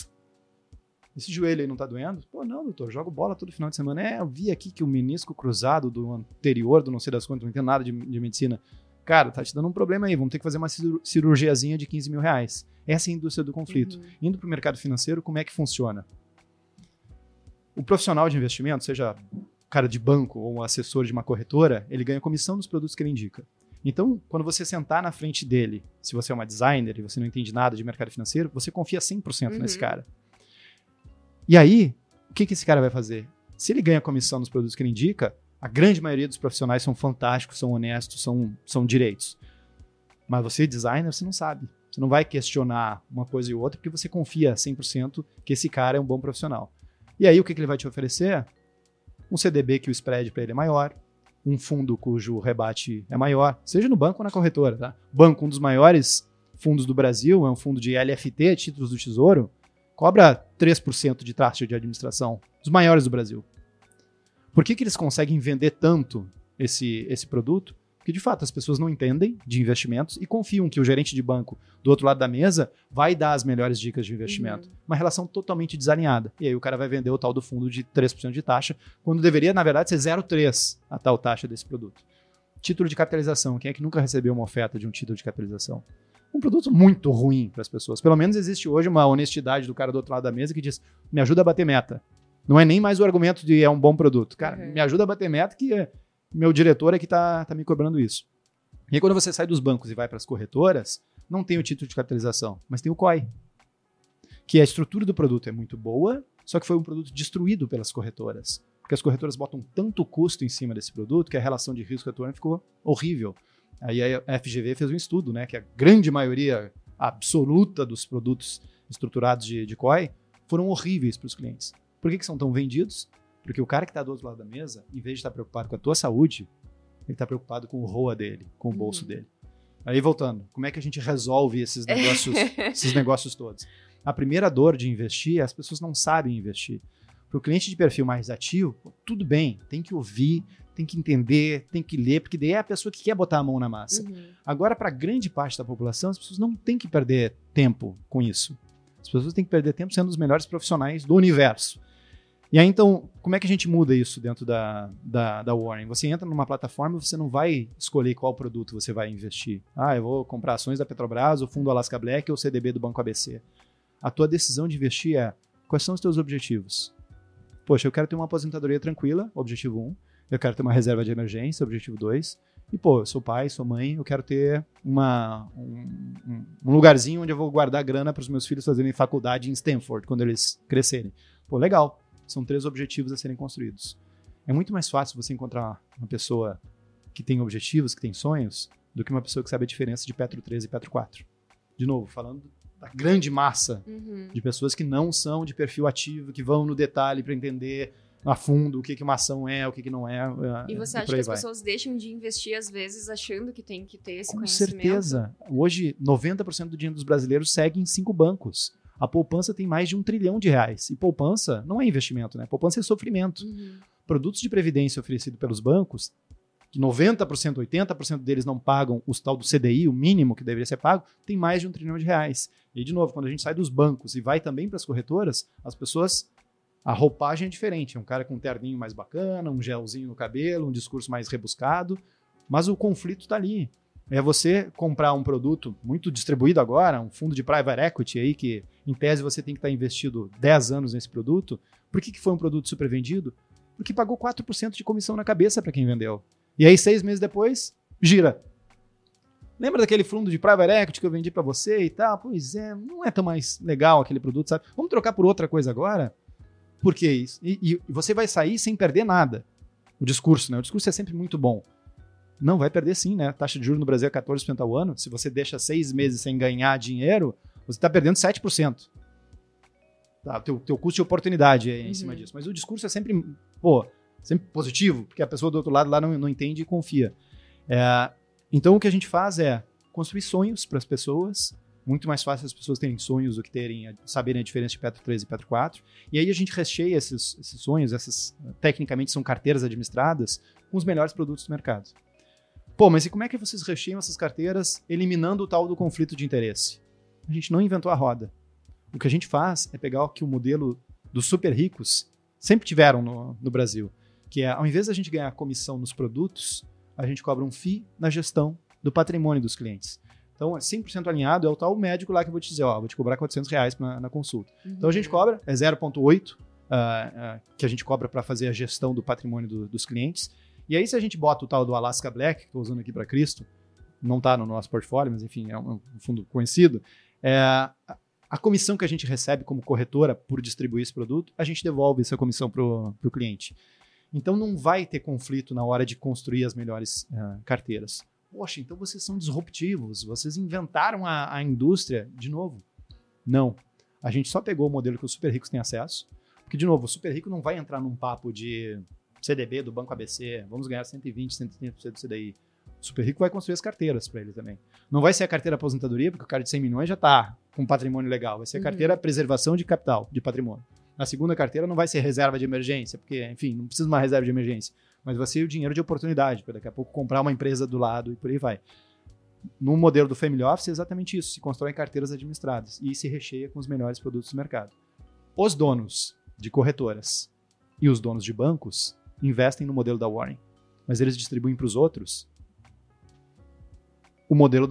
esse joelho aí não tá doendo? Pô, não, doutor, jogo bola todo final de semana. Eu vi aqui que o menisco cruzado do anterior, do não sei das quantas, não entendo nada de medicina. Cara, tá te dando um problema aí, vamos ter que fazer uma cirurgiazinha de R$15 mil. Essa é a indústria do conflito. Indo pro mercado financeiro, como é que funciona? O profissional de investimento, seja cara de banco ou um assessor de uma corretora, ele ganha comissão nos produtos que ele indica. Então, quando você sentar na frente dele, se você é uma designer e você não entende nada de mercado financeiro, você confia 100% nesse cara. E aí, o que esse cara vai fazer? Se ele ganha comissão nos produtos que ele indica, a grande maioria dos profissionais são fantásticos, são honestos, são direitos. Mas você, designer, você não sabe. Você não vai questionar uma coisa e outra porque você confia 100% que esse cara é um bom profissional. E aí, o que ele vai te oferecer? Um CDB que o spread para ele é maior, um fundo cujo rebate é maior, seja no banco ou na corretora. Tá? Banco, um dos maiores fundos do Brasil, é um fundo de LFT, títulos do Tesouro, cobra 3% de taxa de administração, os maiores do Brasil. Por que eles conseguem vender tanto esse produto? Porque, de fato, as pessoas não entendem de investimentos e confiam que o gerente de banco do outro lado da mesa vai dar as melhores dicas de investimento. Uma relação totalmente desalinhada. E aí o cara vai vender o tal do fundo de 3% de taxa, quando deveria, na verdade, ser 0,3% a tal taxa desse produto. Título de capitalização. Quem é que nunca recebeu uma oferta de um título de capitalização? Um produto muito ruim para as pessoas. Pelo menos existe hoje uma honestidade do cara do outro lado da mesa que diz, me ajuda a bater meta. Não é nem mais o argumento de é um bom produto. Cara, me ajuda a bater meta que meu diretor é que tá me cobrando isso. E aí quando você sai dos bancos e vai para as corretoras, não tem o título de capitalização, mas tem o COI. Que a estrutura do produto é muito boa, só que foi um produto destruído pelas corretoras. Porque as corretoras botam tanto custo em cima desse produto que a relação de risco-retorno ficou horrível. Aí a FGV fez um estudo, né, que a grande maioria absoluta dos produtos estruturados de COI foram horríveis para os clientes. Por que são tão vendidos? Porque o cara que está do outro lado da mesa, em vez de estar preocupado com a tua saúde, ele está preocupado com o ROA dele, com o bolso dele. Aí, voltando, como é que a gente resolve esses negócios todos? A primeira dor de investir é as pessoas não sabem investir. Para o cliente de perfil mais ativo, tudo bem, tem que ouvir, tem que entender, tem que ler, porque daí é a pessoa que quer botar a mão na massa. Agora, para grande parte da população, as pessoas não têm que perder tempo com isso. As pessoas têm que perder tempo sendo os melhores profissionais do universo. E aí, então, como é que a gente muda isso dentro da Warren? Você entra numa plataforma e você não vai escolher qual produto você vai investir. Eu vou comprar ações da Petrobras, o fundo Alaska Black ou o CDB do Banco ABC. A tua decisão de investir é, quais são os teus objetivos? Poxa, eu quero ter uma aposentadoria tranquila, objetivo 1. Eu quero ter uma reserva de emergência, objetivo 2. E, eu sou pai, sou mãe, eu quero ter um lugarzinho onde eu vou guardar grana para os meus filhos fazerem faculdade em Stanford, quando eles crescerem. Legal. São 3 objetivos a serem construídos. É muito mais fácil você encontrar uma pessoa que tem objetivos, que tem sonhos, do que uma pessoa que sabe a diferença de Petro 3 e Petro 4. De novo, falando da grande massa de pessoas que não são de perfil ativo, que vão no detalhe para entender a fundo o que uma ação é, o que não é. E você acha que as pessoas deixam de investir, às vezes, achando que tem que ter esse conhecimento? Com certeza. Hoje, 90% do dinheiro dos brasileiros segue em 5 bancos. A poupança tem mais de R$1 trilhão. E poupança não é investimento, né? Poupança é sofrimento. Produtos de previdência oferecidos pelos bancos, que 90%, 80% deles não pagam o tal do CDI, o mínimo que deveria ser pago, tem mais de R$1 trilhão. E, de novo, quando a gente sai dos bancos e vai também para as corretoras, as pessoas... A roupagem é diferente. É um cara com um terninho mais bacana, um gelzinho no cabelo, um discurso mais rebuscado, mas o conflito está ali. É você comprar um produto muito distribuído agora, um fundo de private equity aí, que em tese você tem que estar investido 10 anos nesse produto. Por que foi um produto super vendido? Porque pagou 4% de comissão na cabeça para quem vendeu. E aí 6 meses depois, gira. Lembra daquele fundo de private equity que eu vendi para você e tal? Pois é, não é tão mais legal aquele produto, sabe? Vamos trocar por outra coisa agora? Por que isso? E você vai sair sem perder nada. O discurso, né? O discurso é sempre muito bom. Não, vai perder sim, né? A taxa de juros no Brasil é 14% ao ano. Se você deixa 6 meses sem ganhar dinheiro, você está perdendo 7%. Tá? Teu custo de oportunidade é em cima disso. Mas o discurso é sempre, sempre positivo, porque a pessoa do outro lado lá não entende e confia. Então, o que a gente faz é construir sonhos para as pessoas. Muito mais fácil as pessoas terem sonhos do que saberem a diferença de Petro 3 e Petro 4. E aí a gente recheia esses sonhos, tecnicamente são carteiras administradas, com os melhores produtos do mercado. Mas e como é que vocês recheiam essas carteiras eliminando o tal do conflito de interesse? A gente não inventou a roda. O que a gente faz é pegar o que o modelo dos super ricos sempre tiveram no Brasil, que é, ao invés da gente ganhar comissão nos produtos, a gente cobra um FII na gestão do patrimônio dos clientes. Então, é 100% alinhado, é o tal médico lá que eu vou te dizer, vou te cobrar R$400 na consulta. Então, a gente cobra, é 0,8 que a gente cobra para fazer a gestão do patrimônio dos clientes. E aí, se a gente bota o tal do Alaska Black, que estou usando aqui para Cristo, não está no nosso portfólio, mas enfim, é um fundo conhecido, a comissão que a gente recebe como corretora por distribuir esse produto, a gente devolve essa comissão para o cliente. Então, não vai ter conflito na hora de construir as melhores carteiras. Poxa, então vocês são disruptivos, vocês inventaram a indústria de novo. Não. A gente só pegou o modelo que os super ricos têm acesso, porque, de novo, o super rico não vai entrar num papo de CDB do Banco ABC, vamos ganhar 120%, 130% do CDI. O super rico vai construir as carteiras para ele também. Não vai ser a carteira aposentadoria, porque o cara de 100 milhões já está com patrimônio legal. Vai ser a carteira preservação de capital, de patrimônio. Na segunda carteira não vai ser reserva de emergência, porque, enfim, não precisa de uma reserva de emergência. Mas vai ser o dinheiro de oportunidade, para daqui a pouco comprar uma empresa do lado e por aí vai. No modelo do Family Office é exatamente isso, se constrói carteiras administradas e se recheia com os melhores produtos do mercado. Os donos de corretoras e os donos de bancos investem no modelo da Warren, mas eles distribuem para os outros o modelo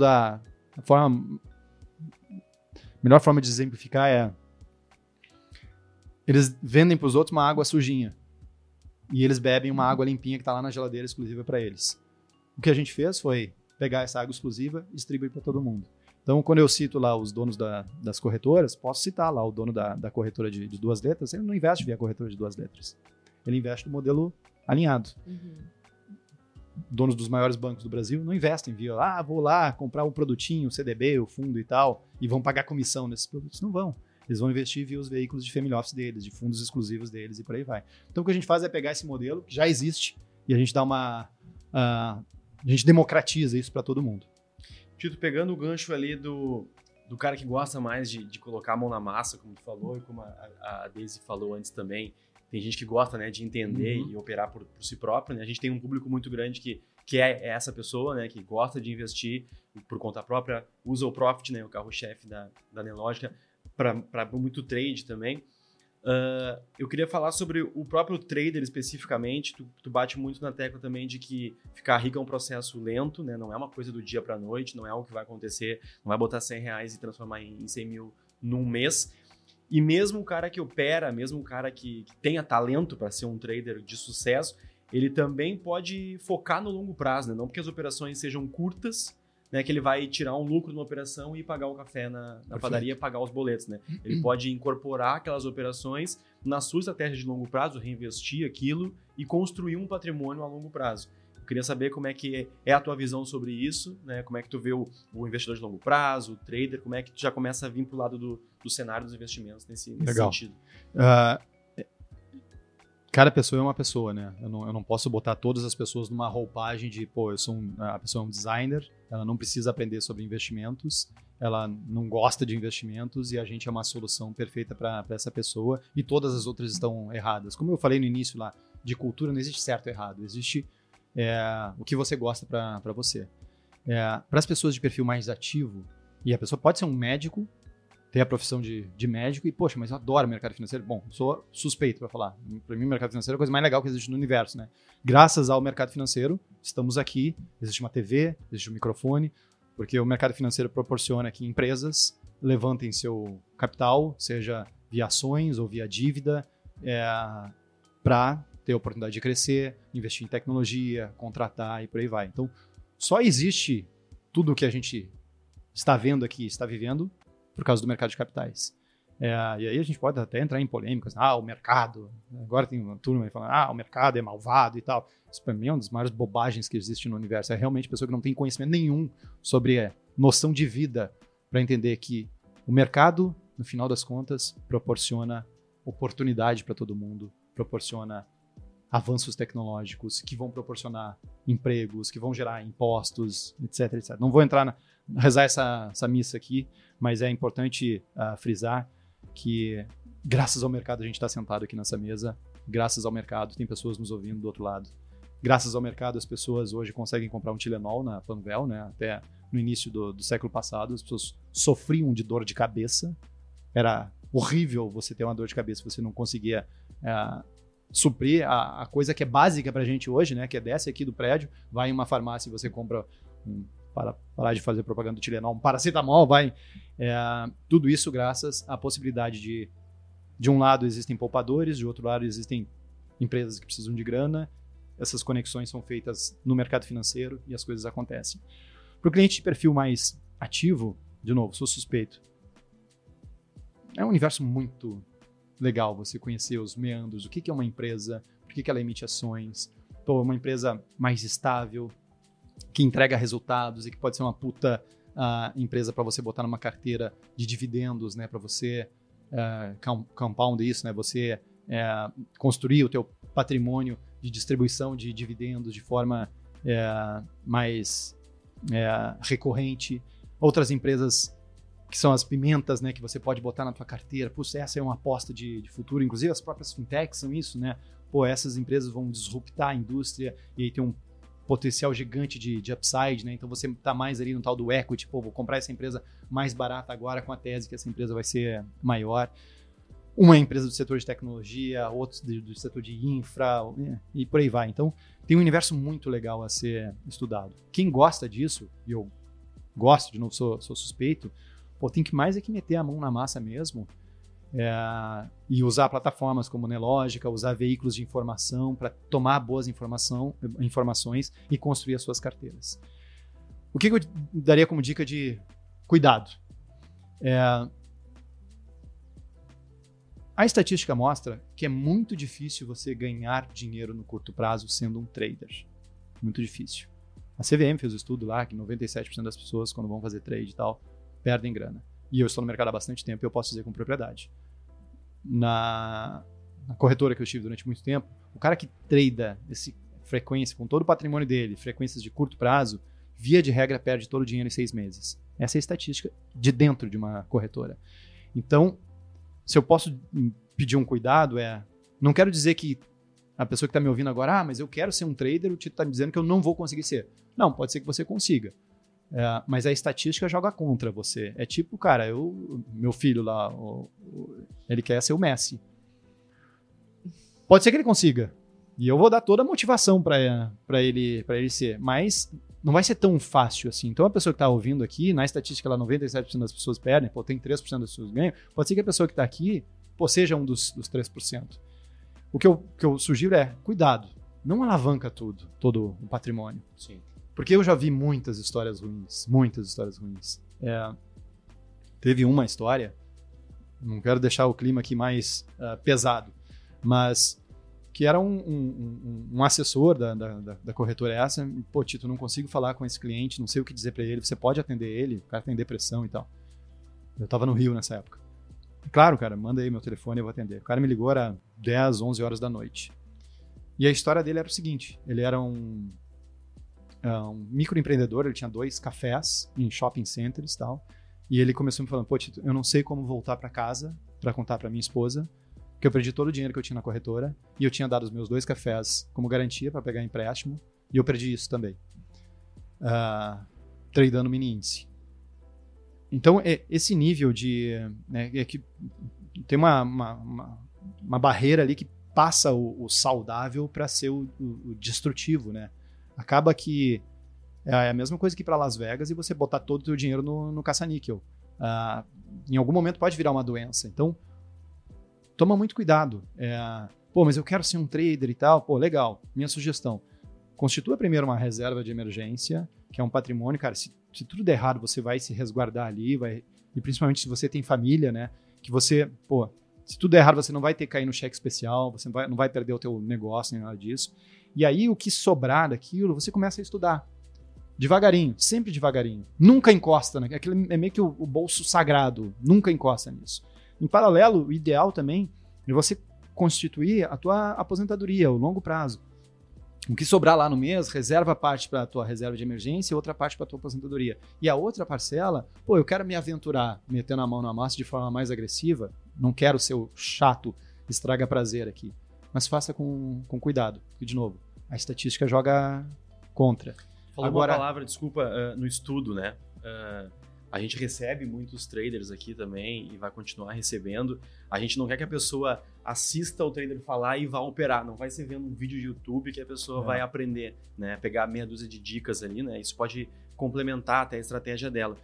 melhor forma de exemplificar é eles vendem para os outros uma água sujinha. E eles bebem uma água limpinha que está lá na geladeira exclusiva para eles. O que a gente fez foi pegar essa água exclusiva e distribuir para todo mundo. Então, quando eu cito lá os donos das corretoras, posso citar lá o dono da corretora de 2 letras, ele não investe via corretora de 2 letras. Ele investe no modelo alinhado. Donos dos maiores bancos do Brasil não investem via, vou lá comprar um produtinho, o CDB, o fundo e tal, e vão pagar comissão nesses produtos. Não vão. eles vão investir via os veículos de family office deles, de fundos exclusivos deles e por aí vai. Então o que a gente faz é pegar esse modelo que já existe e a gente dá a gente democratiza isso para todo mundo. Tito, pegando o gancho ali do cara que gosta mais de colocar a mão na massa, como tu falou, e como a Daisy falou antes também, tem gente que gosta, né, de entender e operar por si próprio, né? A gente tem um público muito grande que é essa pessoa, né, que gosta de investir por conta própria, usa o Profit, né, o carro-chefe da Nelogica, para muito trade também. Eu queria falar sobre o próprio trader especificamente. Tu bate muito na tecla também de que ficar rico é um processo lento, né? Não é uma coisa do dia para a noite, não é algo que vai acontecer, não vai botar R$100 e transformar em 100 mil num mês. E mesmo o cara que opera, mesmo o cara que tenha talento para ser um trader de sucesso, ele também pode focar no longo prazo, né? Não porque as operações sejam curtas, né, que ele vai tirar um lucro numa operação e pagar o café na padaria, pagar os boletos, né? Ele pode incorporar aquelas operações na sua estratégia de longo prazo, reinvestir aquilo e construir um patrimônio a longo prazo. Eu queria saber como é que é a tua visão sobre isso, né? Como é que tu vê o investidor de longo prazo, o trader, como é que tu já começa a vir para o lado do cenário dos investimentos nesse sentido? Cada pessoa é uma pessoa, né? Eu não posso botar todas as pessoas numa roupagem de, a pessoa é um designer, ela não precisa aprender sobre investimentos, ela não gosta de investimentos e a gente é uma solução perfeita para essa pessoa e todas as outras estão erradas. Como eu falei no início lá, de cultura não existe certo ou errado, existe o que você gosta para você. Para as pessoas de perfil mais ativo, e a pessoa pode ser um médico, ter a profissão de médico e, poxa, mas eu adoro mercado financeiro. Bom, sou suspeito para falar. Para mim, o mercado financeiro é a coisa mais legal que existe no universo, né? Graças ao mercado financeiro, estamos aqui, existe uma TV, existe um microfone, porque o mercado financeiro proporciona que empresas levantem seu capital, seja via ações ou via dívida, para ter a oportunidade de crescer, investir em tecnologia, contratar e por aí vai. Então, só existe tudo o que a gente está vendo aqui, está vivendo, por causa do mercado de capitais. E aí a gente pode até entrar em polêmicas. O mercado... Agora tem uma turma aí falando, o mercado é malvado e tal. Isso para mim é uma das maiores bobagens que existe no universo. É realmente pessoa que não tem conhecimento nenhum sobre noção de vida para entender que o mercado, no final das contas, proporciona oportunidade para todo mundo, proporciona avanços tecnológicos que vão proporcionar empregos, que vão gerar impostos, etc, etc. Não vou entrar rezar essa missa aqui, mas é importante frisar que graças ao mercado a gente está sentado aqui nessa mesa, graças ao mercado tem pessoas nos ouvindo do outro lado, graças ao mercado as pessoas hoje conseguem comprar um Tilenol na Panvel, né? Até no início do século passado as pessoas sofriam de dor de cabeça, era horrível você ter uma dor de cabeça, você não conseguia suprir a coisa que é básica pra gente hoje, né? Que é desce aqui do prédio, vai em uma farmácia e você compra para parar de fazer propaganda do Tilenol, um paracetamol, tudo isso graças à possibilidade de um lado existem poupadores, de outro lado existem empresas que precisam de grana, essas conexões são feitas no mercado financeiro e as coisas acontecem. Para o cliente de perfil mais ativo, de novo, sou suspeito, é um universo muito legal você conhecer os meandros, o que é uma empresa, por que ela emite ações, uma empresa mais estável, que entrega resultados e que pode ser uma puta empresa para você botar numa carteira de dividendos, né, para você compound isso, né, você construir o teu patrimônio de distribuição de dividendos de forma mais recorrente. Outras empresas que são as pimentas, né, que você pode botar na tua carteira. Puxa, essa é uma aposta de futuro. Inclusive as próprias fintechs são isso, né? Essas empresas vão disruptar a indústria e aí tem um potencial gigante de upside, né? Então você está mais ali no tal do equity, vou comprar essa empresa mais barata agora com a tese que essa empresa vai ser maior. Uma empresa do setor de tecnologia, outros do setor de infra, e por aí vai. Então tem um universo muito legal a ser estudado. Quem gosta disso, e eu gosto, de novo, sou suspeito, tem que mais que meter a mão na massa mesmo, e usar plataformas como Nelogica, usar veículos de informação para tomar boas informações e construir as suas carteiras. O que eu daria como dica de cuidado? A estatística mostra que é muito difícil você ganhar dinheiro no curto prazo sendo um trader. Muito difícil. A CVM fez um estudo lá que 97% das pessoas, quando vão fazer trade e tal, perdem grana. e eu estou no mercado há bastante tempo e eu posso dizer com propriedade. Na corretora que eu estive durante muito tempo, o cara que trada essa frequência com todo o patrimônio dele, frequências de curto prazo, via de regra perde todo o dinheiro em 6 meses. Essa é a estatística de dentro de uma corretora. Então, se eu posso pedir um cuidado, não quero dizer que a pessoa que está me ouvindo agora, mas eu quero ser um trader, o Tito está me dizendo que eu não vou conseguir ser. Não, pode ser que você consiga. Mas a estatística joga contra você. É tipo, cara, meu filho lá, ele quer ser o Messi. Pode ser que ele consiga. E eu vou dar toda a motivação para ele ser. Mas não vai ser tão fácil assim. Então a pessoa que está ouvindo aqui, na estatística lá 97% das pessoas perdem, tem 3% das pessoas ganham. Pode ser que a pessoa que está aqui seja um dos 3%. O que eu sugiro é cuidado. Não alavanca todo o patrimônio. Sim. Porque eu já vi muitas histórias ruins. Muitas histórias ruins. Teve uma história, não quero deixar o clima aqui mais pesado, mas que era um assessor da corretora essa. Pô, Tito, não consigo falar com esse cliente, não sei o que dizer para ele. Você pode atender ele? O cara tem depressão e tal. Eu tava no Rio nessa época. Claro, cara, manda aí meu telefone, eu vou atender. O cara me ligou, era 10, 11 horas da noite. E a história dele era o seguinte, ele era um microempreendedor, ele tinha 2 cafés em shopping centers e tal, e ele começou me falando, pô, Tito, eu não sei como voltar para casa para contar para minha esposa, que eu perdi todo o dinheiro que eu tinha na corretora, e eu tinha dado os meus 2 cafés como garantia para pegar empréstimo, e eu perdi isso também, tradando mini índice. Então, esse nível de... que tem uma barreira ali que passa o saudável para ser o destrutivo, né? Acaba que é a mesma coisa que ir para Las Vegas e você botar todo o teu dinheiro no caça-níquel. Em algum momento pode virar uma doença. Então, toma muito cuidado. Mas eu quero ser um trader e tal. Pô, legal. Minha sugestão. Constitua primeiro uma reserva de emergência, que é um patrimônio. Cara, se tudo der errado, você vai se resguardar ali. E principalmente se você tem família, né? Que você, se tudo der errado, você não vai ter que cair no cheque especial, você não vai perder o teu negócio, nem nada disso. E aí, o que sobrar daquilo, você começa a estudar. Devagarinho, sempre devagarinho. Nunca encosta, né? Aquilo é meio que o bolso sagrado. Nunca encosta nisso. Em paralelo, o ideal também é você constituir a tua aposentadoria, o longo prazo. O que sobrar lá no mês, reserva parte para a tua reserva de emergência e outra parte para a tua aposentadoria. E a outra parcela, eu quero me aventurar, metendo a mão na massa de forma mais agressiva. Não quero ser o chato, estraga prazer aqui. Mas faça com cuidado. E, de novo, a estatística joga contra. Falou agora uma palavra, desculpa, no estudo, né? A gente recebe muitos traders aqui também e vai continuar recebendo. A gente não quer que a pessoa assista o trader falar e vá operar. Não vai ser vendo um vídeo de YouTube que a pessoa vai aprender, né? Pegar meia dúzia de dicas ali, né? Isso pode complementar até a estratégia dela.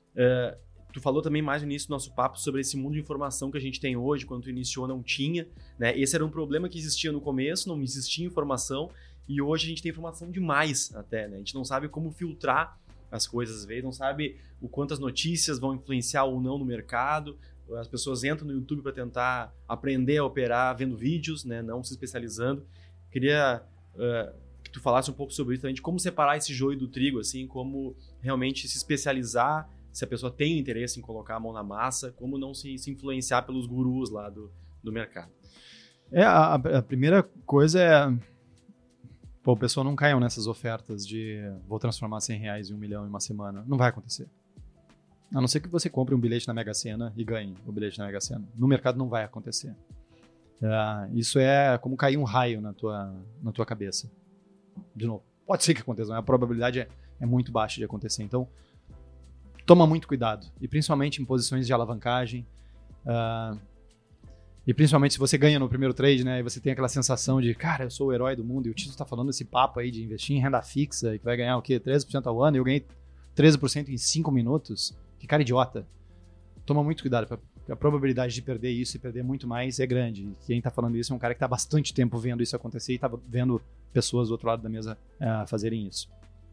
Tu falou também mais no início do nosso papo sobre esse mundo de informação que a gente tem hoje, quando tu iniciou não tinha, né? Esse era um problema que existia no começo, não existia informação, e hoje a gente tem informação demais até, né? A gente não sabe como filtrar as coisas, às vezes, não sabe o quanto as notícias vão influenciar ou não no mercado. As pessoas entram no YouTube para tentar aprender a operar vendo vídeos, né? Não se especializando. Queria que tu falasse um pouco sobre isso também, de como separar esse joio do trigo, assim, como realmente se especializar, se a pessoa tem interesse em colocar a mão na massa, como não se influenciar pelos gurus lá do mercado. A primeira coisa é... o pessoal não caiam nessas ofertas de vou transformar R$100 em 1 milhão em uma semana. Não vai acontecer. A não ser que você compre um bilhete na Mega Sena e ganhe o bilhete na Mega Sena. No mercado não vai acontecer. Isso é como cair um raio na tua cabeça. De novo, pode ser que aconteça, mas a probabilidade é muito baixa de acontecer. Então, toma muito cuidado. E principalmente em posições de alavancagem. E principalmente se você ganha no primeiro trade, né? E você tem aquela sensação de, cara, eu sou o herói do mundo. E o Tito tá falando esse papo aí de investir em renda fixa e que vai ganhar o quê? 13% ao ano. E eu ganhei 13% em 5 minutos. Que cara idiota. Toma muito cuidado, porque a probabilidade de perder isso e perder muito mais é grande. E quem tá falando isso é um cara que tá há bastante tempo vendo isso acontecer e tá vendo pessoas do outro lado da mesa fazerem isso.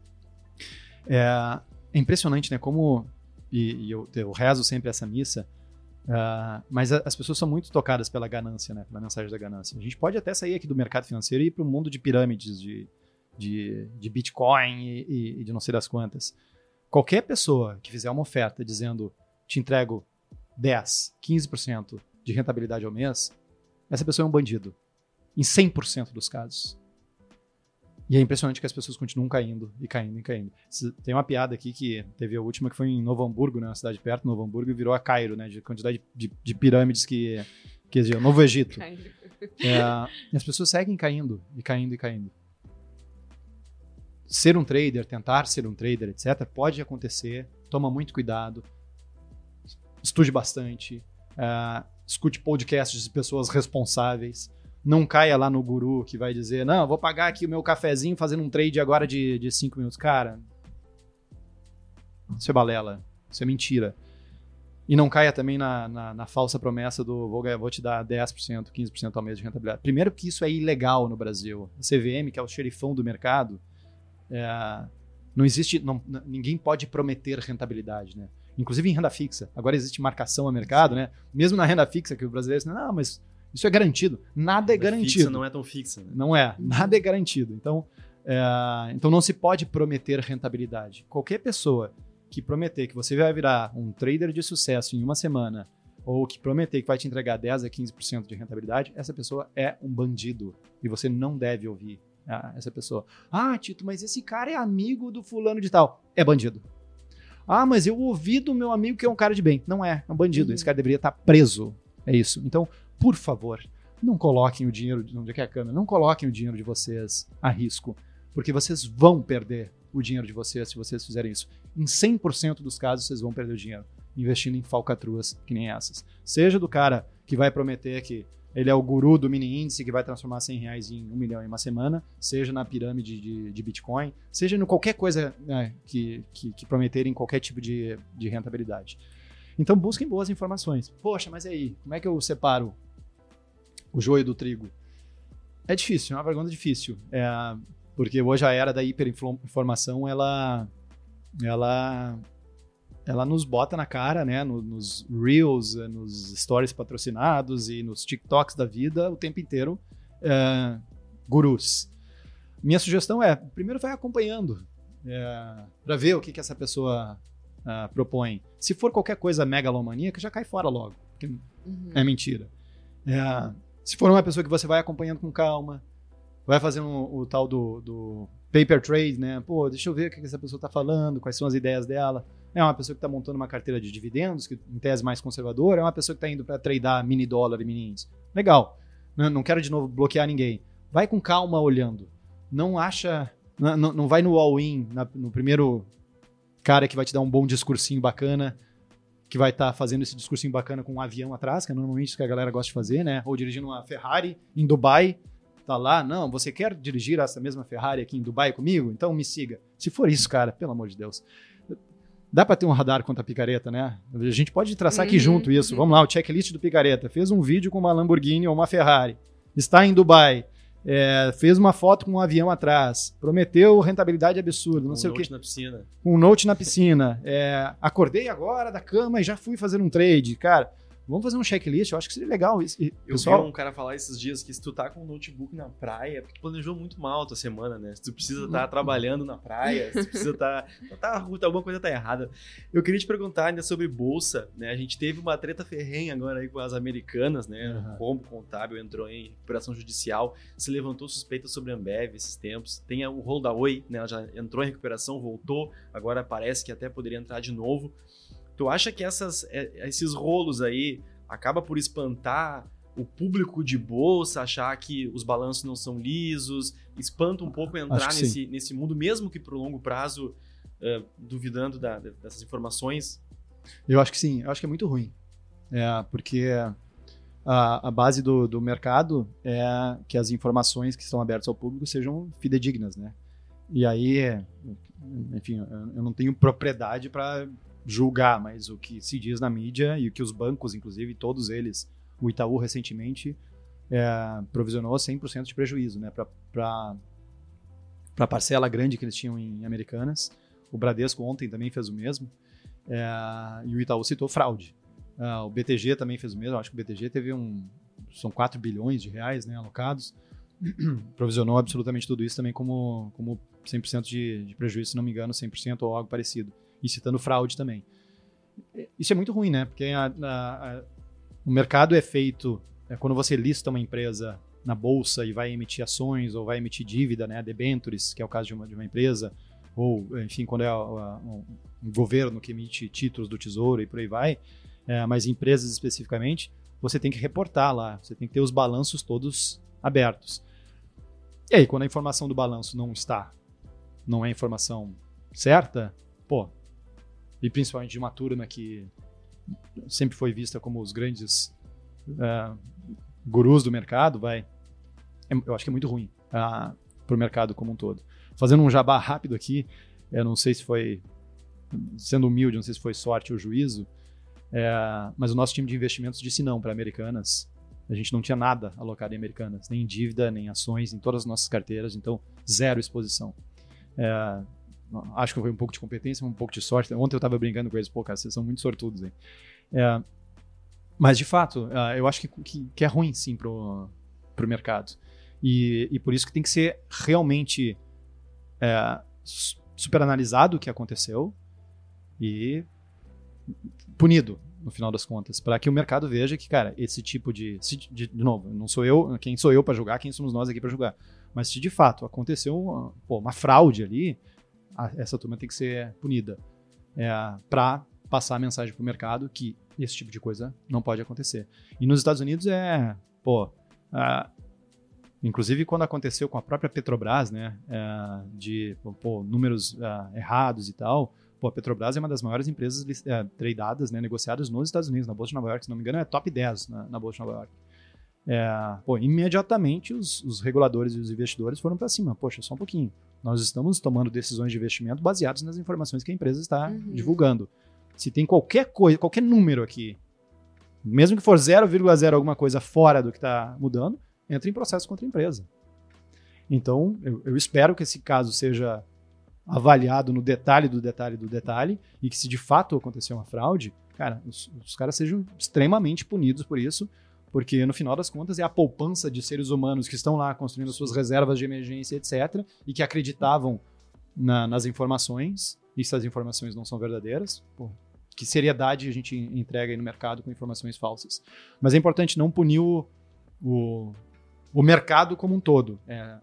É impressionante, né? Como... E eu rezo sempre essa missa... mas as pessoas são muito tocadas pela ganância, né? Pela mensagem da ganância. A gente pode até sair aqui do mercado financeiro e ir para o mundo de pirâmides, de Bitcoin e de não sei das quantas. Qualquer pessoa que fizer uma oferta dizendo, te entrego 10, 15% de rentabilidade ao mês, essa pessoa é um bandido. Em 100% dos casos. E é impressionante que as pessoas continuam caindo e caindo e caindo. Tem uma piada aqui que teve a última que foi em Novo Hamburgo, né, uma cidade perto de Novo Hamburgo, e virou a Cairo, né, de quantidade de pirâmides que existiam. Novo Egito. E as pessoas seguem caindo e caindo e caindo. Ser um trader, tentar ser um trader, etc., pode acontecer. Toma muito cuidado. Estude bastante. Escute podcasts de pessoas responsáveis. Não caia lá no guru que vai dizer, não, eu vou pagar aqui o meu cafezinho fazendo um trade agora de 5 minutos. Cara, isso é balela. Isso é mentira. E não caia também na falsa promessa do vou te dar 10%, 15% ao mês de rentabilidade. Primeiro que isso é ilegal no Brasil. A CVM, que é o xerifão do mercado, não existe, ninguém pode prometer rentabilidade, né? Inclusive em renda fixa. Agora existe marcação a mercado, né? Mesmo na renda fixa, que o brasileiro diz, não, mas isso é garantido. Nada é garantido. Fixa não é tão fixa. Né? Não é. Nada é garantido. Então não se pode prometer rentabilidade. Qualquer pessoa que prometer que você vai virar um trader de sucesso em uma semana ou que prometer que vai te entregar 10 a 15% de rentabilidade, essa pessoa é um bandido. E você não deve ouvir essa pessoa. Ah, Tito, mas esse cara é amigo do fulano de tal. É bandido. Ah, mas eu ouvi do meu amigo que é um cara de bem. Não é um bandido. Esse cara deveria estar preso. É isso. Então, por favor, não coloquem o dinheiro, onde é que é a câmera? Não coloquem o dinheiro de vocês a risco, porque vocês vão perder o dinheiro de vocês se vocês fizerem isso. Em 100% dos casos, vocês vão perder o dinheiro investindo em falcatruas que nem essas. Seja do cara que vai prometer que ele é o guru do mini índice que vai transformar R$100 em 1 milhão em uma semana, seja na pirâmide de Bitcoin, seja em qualquer coisa que prometerem qualquer tipo de rentabilidade. Então busquem boas informações. Poxa, mas e aí? Como é que eu separo o joio do trigo? É difícil, é uma pergunta difícil. Porque hoje a era da hiperinformação, ela nos bota na cara, né? Nos Reels, nos Stories patrocinados e nos TikToks da vida o tempo inteiro. Gurus. Minha sugestão primeiro vai acompanhando para ver o que essa pessoa propõe. Se for qualquer coisa megalomaníaca, já cai fora logo, porque é mentira. Se for uma pessoa que você vai acompanhando com calma, vai fazendo o tal do paper trade, né? Pô, deixa eu ver o que essa pessoa está falando, quais são as ideias dela. É uma pessoa que está montando uma carteira de dividendos, que em tese mais conservadora, é uma pessoa que está indo para tradar mini dólar e mini índice. Legal. Não quero de novo bloquear ninguém. Vai com calma olhando. Não vai no all-in, no primeiro cara que vai te dar um bom discursinho bacana, que vai estar fazendo esse discursinho bacana com um avião atrás, que é normalmente isso que a galera gosta de fazer, né? Ou dirigindo uma Ferrari em Dubai, tá lá, não, você quer dirigir essa mesma Ferrari aqui em Dubai comigo? Então me siga. Se for isso, cara, pelo amor de Deus. Dá para ter um radar contra a picareta, né? A gente pode traçar aqui junto isso. Vamos lá, o checklist do picareta. Fez um vídeo com uma Lamborghini ou uma Ferrari. Está em Dubai. Fez uma foto com um avião atrás. Prometeu rentabilidade absurda. Não sei o que. Um note na piscina. Acordei agora da cama e já fui fazer um trade. Cara, vamos fazer um checklist, eu acho que seria legal. Eu vi um cara falar esses dias que se tu tá com um notebook na praia, porque tu planejou muito mal a tua semana, né? Se tu precisa estar trabalhando na praia, se tu precisa alguma coisa tá errada. Eu queria te perguntar ainda sobre bolsa, né? A gente teve uma treta ferrenha agora aí com as americanas, né? O rombo contábil entrou em recuperação judicial, se levantou suspeita sobre a Ambev esses tempos. Tem o rolo da Oi, né? Ela já entrou em recuperação, voltou, agora parece que até poderia entrar de novo. Tu acha que esses rolos aí acaba por espantar o público de bolsa, achar que os balanços não são lisos, espanta um pouco entrar nesse mundo, mesmo que para o longo prazo, duvidando dessas informações? Eu acho que sim, eu acho que é muito ruim. Porque a base do mercado é que as informações que estão abertas ao público sejam fidedignas, né? E aí, enfim, eu não tenho propriedade para julgar, mas o que se diz na mídia e o que os bancos, inclusive, todos eles, o Itaú recentemente provisionou 100% de prejuízo, né, para a parcela grande que eles tinham em Americanas. O Bradesco ontem também fez o mesmo, e o Itaú citou fraude. O BTG também fez o mesmo, acho que o BTG teve são 4 bilhões de reais, né, alocados, provisionou absolutamente tudo isso também como 100% de prejuízo, se não me engano, 100% ou algo parecido. E citando fraude também. isso é muito ruim, né? Porque o mercado é feito, quando você lista uma empresa na bolsa e vai emitir ações ou vai emitir dívida, né? Debentures, que é o caso de uma empresa, ou, enfim, quando é um governo que emite títulos do Tesouro e por aí vai, mas empresas especificamente, você tem que reportar lá, você tem que ter os balanços todos abertos. E aí, quando a informação do balanço não é informação certa, e principalmente de uma turma que sempre foi vista como os grandes gurus do mercado, eu acho que é muito ruim para o mercado como um todo. Fazendo um jabá rápido aqui, eu não sei se foi, sendo humilde, não sei se foi sorte ou juízo, mas o nosso time de investimentos disse não para Americanas. A gente não tinha nada alocado em Americanas, nem em dívida, nem em ações, em todas as nossas carteiras, então zero exposição. Acho que foi um pouco de competência, um pouco de sorte. Ontem eu estava brincando com eles, cara, vocês são muito sortudos, hein? Mas, de fato, eu acho que é ruim, sim, pro mercado. E por isso que tem que ser realmente super analisado o que aconteceu e punido, no final das contas, para que o mercado veja que, cara, esse tipo de novo, não sou eu, quem sou eu para julgar, quem somos nós aqui para julgar. Mas se de fato aconteceu uma fraude ali, essa turma tem que ser punida para passar a mensagem para o mercado que esse tipo de coisa não pode acontecer. E nos Estados Unidos inclusive quando aconteceu com a própria Petrobras, né, de números errados e tal, a Petrobras é uma das maiores empresas tradeadas, né, negociadas nos Estados Unidos, na Bolsa de Nova York, se não me engano é top 10 na Bolsa de Nova York. Imediatamente os reguladores e os investidores foram para cima. Poxa, só um pouquinho. Nós estamos tomando decisões de investimento baseadas nas informações que a empresa está divulgando. Se tem qualquer coisa, qualquer número aqui, mesmo que for 0,0 alguma coisa fora do que está mudando, entra em processo contra a empresa. Então, eu espero que esse caso seja avaliado no detalhe do detalhe do detalhe e que se de fato acontecer uma fraude, cara, os caras sejam extremamente punidos por isso, porque no final das contas é a poupança de seres humanos que estão lá construindo suas reservas de emergência, etc., e que acreditavam nas informações, e se as informações não são verdadeiras, que seriedade a gente entrega aí no mercado com informações falsas. Mas é importante não punir o mercado como um todo.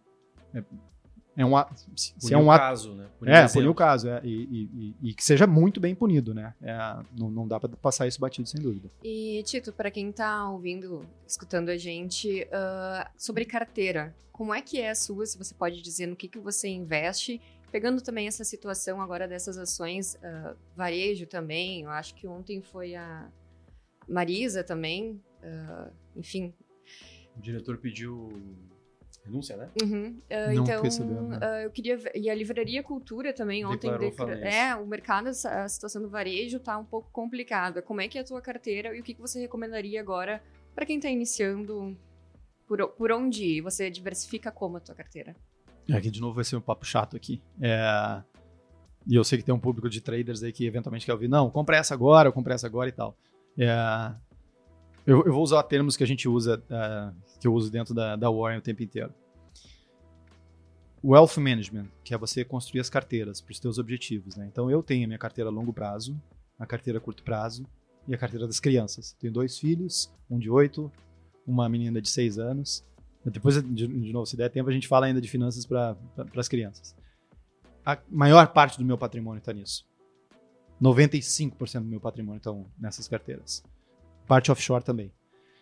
Caso, né? Punir o caso. E que seja muito bem punido, né? Não dá para passar isso batido, sem dúvida. E, Tito, para quem tá ouvindo, escutando a gente, sobre carteira, como é que é a sua? Se você pode dizer no que você investe, pegando também essa situação agora dessas ações, varejo também, eu acho que ontem foi a Marisa também, enfim. O diretor pediu renúncia, né? Não então, recebeu, né? eu queria ver, e a Livraria Cultura também ontem, o mercado, a situação do varejo tá um pouco complicada. Como é que é a tua carteira e o que você recomendaria agora para quem tá iniciando, por onde ir? Você diversifica como a tua carteira? Aqui de novo vai ser um papo chato aqui. E eu sei que tem um público de traders aí que eventualmente quer ouvir, não, compra essa agora, eu comprei essa agora e tal. Eu vou usar termos que a gente usa, que eu uso dentro da Warren o tempo inteiro. Wealth Management, que é você construir as carteiras para os teus objetivos, né? Então eu tenho a minha carteira a longo prazo, a carteira a curto prazo e a carteira das crianças. Tenho 2 filhos, um de 8, uma menina de 6 anos. Depois, de novo, se der tempo, a gente fala ainda de finanças para as crianças. A maior parte do meu patrimônio está nisso. 95% do meu patrimônio estão nessas carteiras. Parte offshore também.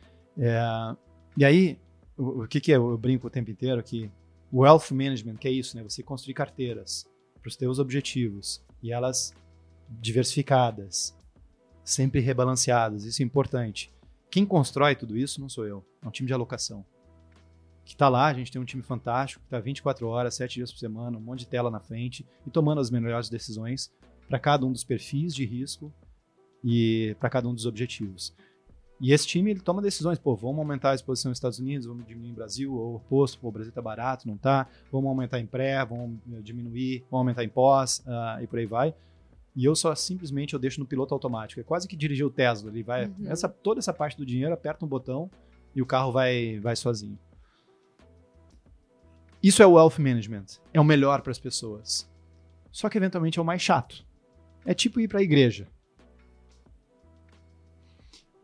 E aí, o que eu brinco o tempo inteiro aqui? O Wealth Management, que é isso, né? Você construir carteiras para os teus objetivos e elas diversificadas, sempre rebalanceadas, isso é importante. Quem constrói tudo isso não sou eu, é um time de alocação. Que está lá, a gente tem um time fantástico, que está 24 horas, 7 dias por semana, um monte de tela na frente e tomando as melhores decisões para cada um dos perfis de risco e para cada um dos objetivos. E esse time, ele toma decisões, vamos aumentar a exposição nos Estados Unidos, vamos diminuir no Brasil, ou o oposto, o Brasil está barato, não está, vamos aumentar em pré, vamos diminuir, vamos aumentar em pós, e por aí vai. E eu simplesmente eu deixo no piloto automático, é quase que dirigir o Tesla, ele vai, toda essa parte do dinheiro, aperta um botão e o carro vai sozinho. Isso é o Wealth Management, é o melhor para as pessoas. Só que eventualmente é o mais chato. É tipo ir para a igreja.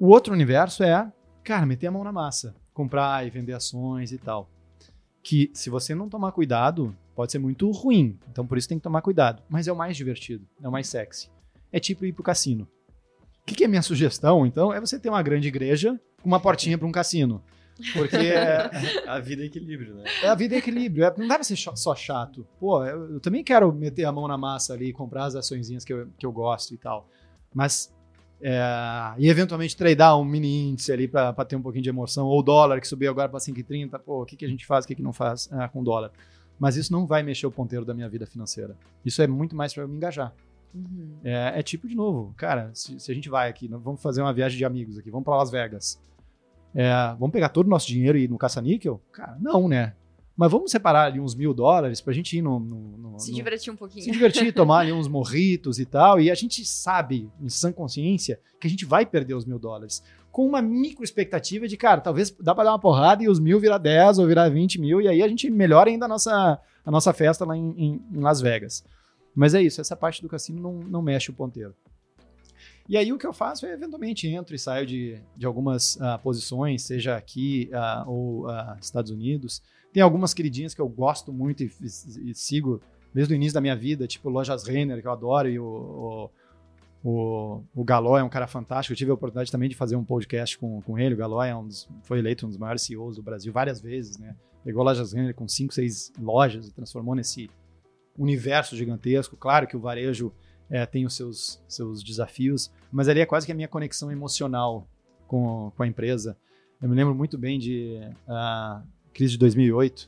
O outro universo é, cara, meter a mão na massa. Comprar e vender ações e tal. Que se você não tomar cuidado, pode ser muito ruim. Então por isso tem que tomar cuidado. Mas é o mais divertido, é o mais sexy. É tipo ir pro cassino. O que é a minha sugestão, então? É você ter uma grande igreja com uma portinha para um cassino. Porque a vida é equilíbrio, né? A vida é equilíbrio. Não dá pra ser só chato. Pô, eu também quero meter a mão na massa ali, comprar as açõezinhas que eu gosto e tal. Mas, e eventualmente tradear um mini índice ali pra ter um pouquinho de emoção. Ou o dólar que subiu agora pra 5,30. Pô, o que a gente faz, o que não faz com o dólar? Mas isso não vai mexer o ponteiro da minha vida financeira. Isso é muito mais pra eu me engajar. Uhum. É tipo, de novo, cara, se a gente vai aqui, vamos fazer uma viagem de amigos aqui, vamos pra Las Vegas. Vamos pegar todo o nosso dinheiro e ir no caça-níquel? Cara, não, né? Mas vamos separar ali uns $1.000 pra gente ir se divertir um pouquinho. Se divertir, tomar ali uns morritos e tal. E a gente sabe, em sã consciência, que a gente vai perder os $1.000. Com uma micro expectativa de, cara, talvez dá pra dar uma porrada e os 1.000 virar 10 ou virar 20 mil. E aí a gente melhora ainda a nossa festa lá em Las Vegas. Mas é isso, essa parte do cassino não mexe o ponteiro. E aí o que eu faço é, eventualmente, entro e saio de algumas posições, seja aqui ou Estados Unidos. Tem algumas queridinhas que eu gosto muito e sigo desde o início da minha vida, tipo Lojas Renner, que eu adoro, e o Galó é um cara fantástico. Eu tive a oportunidade também de fazer um podcast com ele. O Galó foi eleito um dos maiores CEOs do Brasil várias vezes, né? Pegou Lojas Renner com 5, 6 lojas e transformou nesse universo gigantesco. Claro que o varejo tem os seus desafios, mas ali é quase que a minha conexão emocional com a empresa. Eu me lembro muito bem de crise de 2008,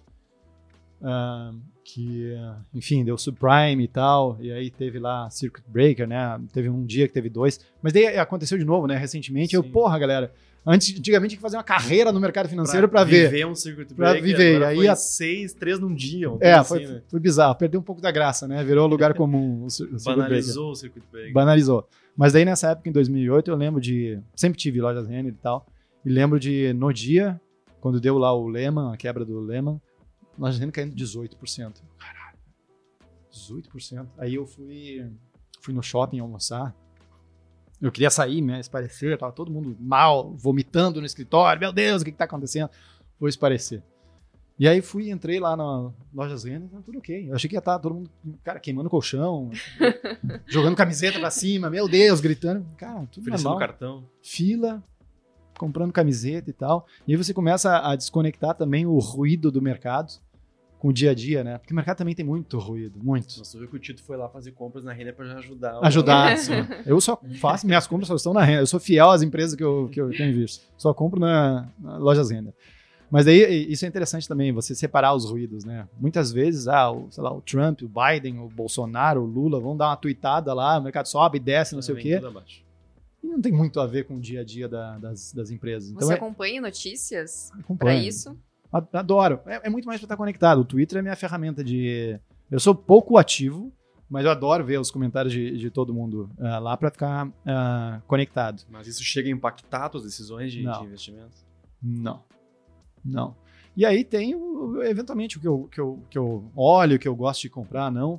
que, enfim, deu subprime e tal, e aí teve lá Circuit Breaker, né? Teve um dia que teve 2, mas daí aconteceu de novo, né? Recentemente. Sim. Porra, galera, antigamente tinha que fazer uma carreira no mercado financeiro para ver. Viver um Circuit Breaker. Pra viver. Aí foi 3 num dia. Foi bizarro. Perdeu um pouco da graça, né? Virou lugar comum. Banalizou o Circuit Breaker. Banalizou. Mas daí nessa época, em 2008, eu lembro de... Sempre tive Lojas Renner e tal. E lembro de, no dia, quando deu lá o Lehman, a quebra do Lehman, Lojas Renner caindo 18%. Caralho. 18%. Aí eu fui no shopping almoçar. Eu queria sair, né, esparecer, tava todo mundo mal, vomitando no escritório. Meu Deus, o que tá acontecendo? Vou esparecer. E aí entrei lá na Lojas Renner, tudo ok. Eu achei que ia estar todo mundo, cara, queimando colchão, jogando camiseta pra cima, meu Deus, gritando. Cara, tudo normal. Cartão. Fila, comprando camiseta e tal. E aí você começa a desconectar também o ruído do mercado com o dia a dia, né? Porque o mercado também tem muito ruído, muito. Nossa, tu viu que o Tito foi lá fazer compras na Renner pra ajudar. Ajudar, sim. Eu só faço, minhas compras só estão na Renner. Eu sou fiel às empresas que eu tenho visto. Só compro na Lojas Renner. Mas daí, isso é interessante também, você separar os ruídos, né? Muitas vezes, o Trump, o Biden, o Bolsonaro, o Lula vão dar uma tuitada lá, o mercado sobe, desce, não sei o quê. E não tem muito a ver com o dia a dia das empresas. Então, você acompanha notícias para isso? Adoro. É muito mais para estar conectado. O Twitter é minha ferramenta de... Eu sou pouco ativo, mas eu adoro ver os comentários de todo mundo lá para ficar conectado. Mas isso chega a impactar as decisões de investimento? Não. E aí tem, eventualmente, o que eu olho, o que eu gosto de comprar, não.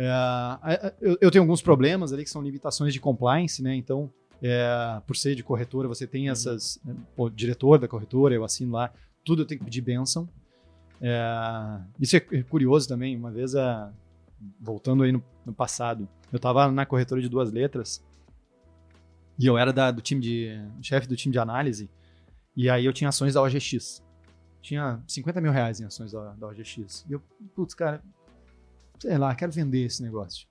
Eu tenho alguns problemas ali que são limitações de compliance, né? Então, por ser de corretora, você tem essas... diretor da corretora, eu assino lá, tudo eu tenho que pedir bênção. Isso é curioso também. Uma vez, voltando aí no passado, eu estava na corretora de 2 letras e eu era chefe do time de análise, e aí eu tinha ações da OGX. Tinha R$50 mil em ações da OGX. E eu, cara, sei lá, quero vender esse negócio.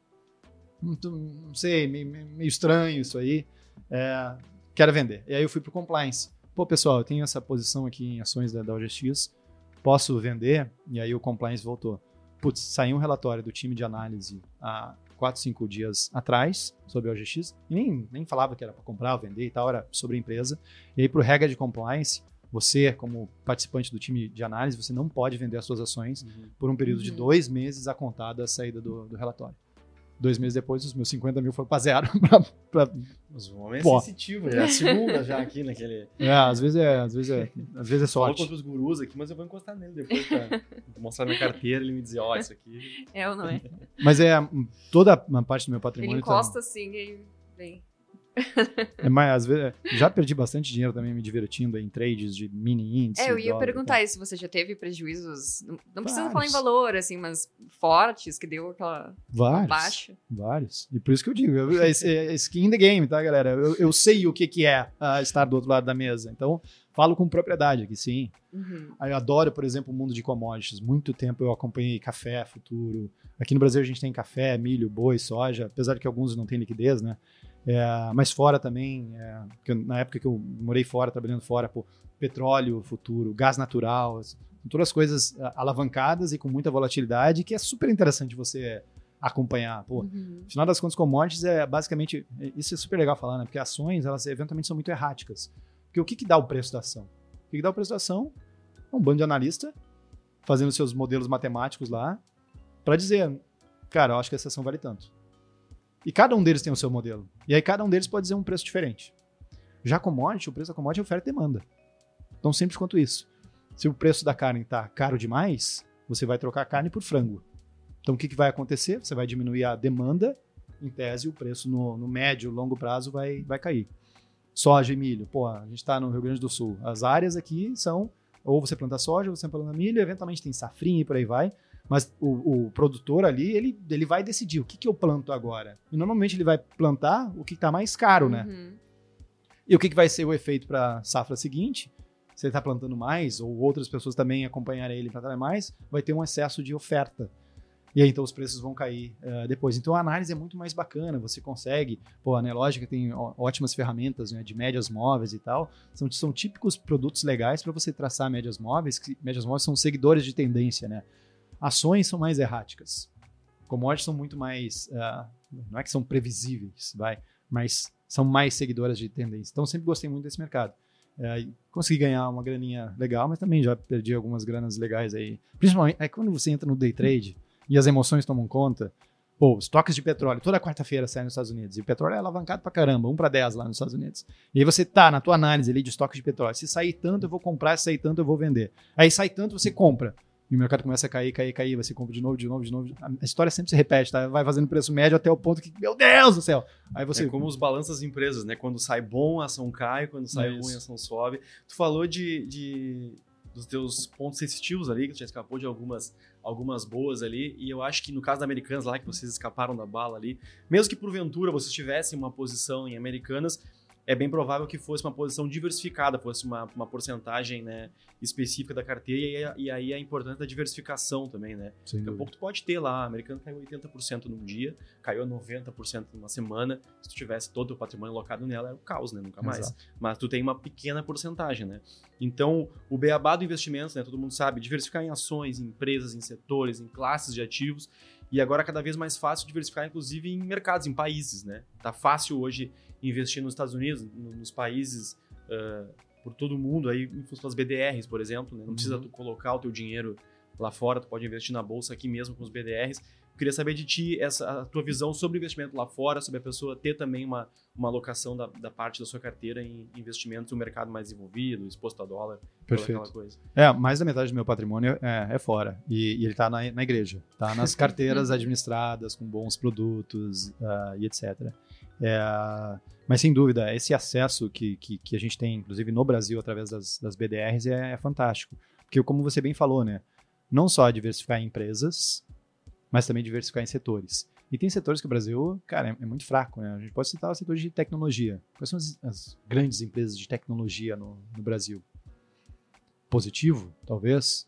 Não sei, meio estranho isso aí. Quero vender. E aí eu fui pro compliance. Pô, pessoal, eu tenho essa posição aqui em ações da OGX, posso vender? E aí o compliance voltou. Putz, saiu um relatório do time de análise há 4, 5 dias atrás sobre a OGX, e nem falava que era para comprar ou vender e tal, era sobre a empresa. E aí, por regra de compliance, você, como participante do time de análise, você não pode vender as suas ações por um período de 2 meses a contar da saída do relatório. 2 meses depois, os meus 50 mil foram para zero. Mas o homem é sensitivo, é a segunda já aqui naquele... Às vezes é sorte. Falo contra os gurus aqui, mas eu vou encostar nele depois pra mostrar minha carteira e ele me dizer, isso aqui... É ou não é? Mas toda uma parte do meu patrimônio... Ele encosta assim e vem... Mas às vezes, já perdi bastante dinheiro também me divertindo em trades de mini índice. Eu ia dólar, perguntar isso, se você já teve prejuízos, não precisa Vários. falar em valor, assim, mas fortes, que deu aquela baixa. Vários. E por isso que eu digo, é skin in the game, tá, galera? Eu sei o que é estar do outro lado da mesa. Então, falo com propriedade aqui, sim. Uhum. Eu adoro, por exemplo, o mundo de commodities. Muito tempo eu acompanhei café, futuro. Aqui no Brasil a gente tem café, milho, boi, soja, apesar de que alguns não têm liquidez, né? Mas fora também, na época que eu morei fora, trabalhando fora, petróleo, futuro, gás natural, todas as coisas alavancadas e com muita volatilidade, que é super interessante você acompanhar. No final das contas, commodities basicamente, isso é super legal falar, né? Porque ações, elas eventualmente são muito erráticas. Porque o que dá o preço da ação? O que dá o preço da ação é um bando de analista fazendo seus modelos matemáticos lá para dizer, cara, eu acho que essa ação vale tanto. E cada um deles tem o seu modelo. E aí cada um deles pode dizer um preço diferente. Já commodity, o preço da commodity é oferta e demanda. Tão simples quanto isso. Se o preço da carne está caro demais, você vai trocar a carne por frango. Então o que vai acontecer? Você vai diminuir a demanda, em tese o preço no médio, longo prazo vai cair. Soja e milho. A gente está no Rio Grande do Sul. As áreas aqui são, ou você planta soja, ou você planta milho, eventualmente tem safrinha e por aí vai. Mas o produtor ali, ele vai decidir o que eu planto agora. E normalmente ele vai plantar o que está mais caro, né? E o que vai ser o efeito para a safra seguinte? Se ele está plantando mais, ou outras pessoas também acompanharem ele e plantarem mais, vai ter um excesso de oferta. E aí, então, os preços vão cair depois. Então, a análise é muito mais bacana. Você consegue... a Nelogica tem ótimas ferramentas, né, de médias móveis e tal. São típicos produtos legais para você traçar médias móveis. Que médias móveis são seguidores de tendência, né? Ações são mais erráticas. Commodities são muito mais... não é que são previsíveis, mas são mais seguidoras de tendência. Então, eu sempre gostei muito desse mercado. Consegui ganhar uma graninha legal, mas também já perdi algumas granas legais aí. Principalmente quando você entra no day trade e as emoções tomam conta. Estoques de petróleo, toda quarta-feira saem nos Estados Unidos. E o petróleo é alavancado pra caramba, 1/10 lá nos Estados Unidos. E aí você tá na tua análise ali de estoques de petróleo. Se sair tanto, eu vou comprar. Se sair tanto, eu vou vender. Aí sai tanto, você compra. E o mercado começa a cair, você compra de novo. A história sempre se repete, tá? Vai fazendo preço médio até o ponto que, meu Deus do céu! Aí você... É como os balanços das empresas, né? Quando sai bom, a ação cai. Quando sai ruim, a ação sobe. Tu falou dos teus pontos sensitivos ali, que tu já escapou de algumas boas ali. E eu acho que no caso da Americanas lá, que vocês escaparam da bala ali, mesmo que porventura vocês tivessem uma posição em Americanas, é bem provável que fosse uma posição diversificada, fosse uma porcentagem, né, específica da carteira, e aí a importância da diversificação também, né? Daqui a pouco tu pode ter lá, a Americana caiu 80% num dia, caiu a 90% numa semana, se tu tivesse todo o patrimônio alocado nela, era o caos, né? Nunca mais. Exato. Mas tu tem uma pequena porcentagem, né? Então, o beabá do investimento, né, todo mundo sabe, diversificar em ações, em empresas, em setores, em classes de ativos, e agora cada vez mais fácil diversificar, inclusive, em mercados, em países, né? Tá fácil hoje investir nos Estados Unidos, nos países por todo o mundo, aí em função das BDRs, por exemplo, né? Não precisa tu colocar o teu dinheiro lá fora, tu pode investir na bolsa aqui mesmo com os BDRs. Eu queria saber de ti a tua visão sobre o investimento lá fora, sobre a pessoa ter também uma alocação da parte da sua carteira em investimentos no mercado mais desenvolvido, exposto a dólar, perfeito. Aquela coisa. Mais da metade do meu patrimônio é fora, e ele está na igreja, tá nas carteiras administradas, com bons produtos e etc. Mas sem dúvida, esse acesso que a gente tem, inclusive no Brasil, através das BDRs, é fantástico. Porque, como você bem falou, né? Não só diversificar em empresas, mas também diversificar em setores. E tem setores que o Brasil, cara, é muito fraco, né? A gente pode citar o setor de tecnologia. Quais são as grandes empresas de tecnologia no Brasil? Positivo, talvez.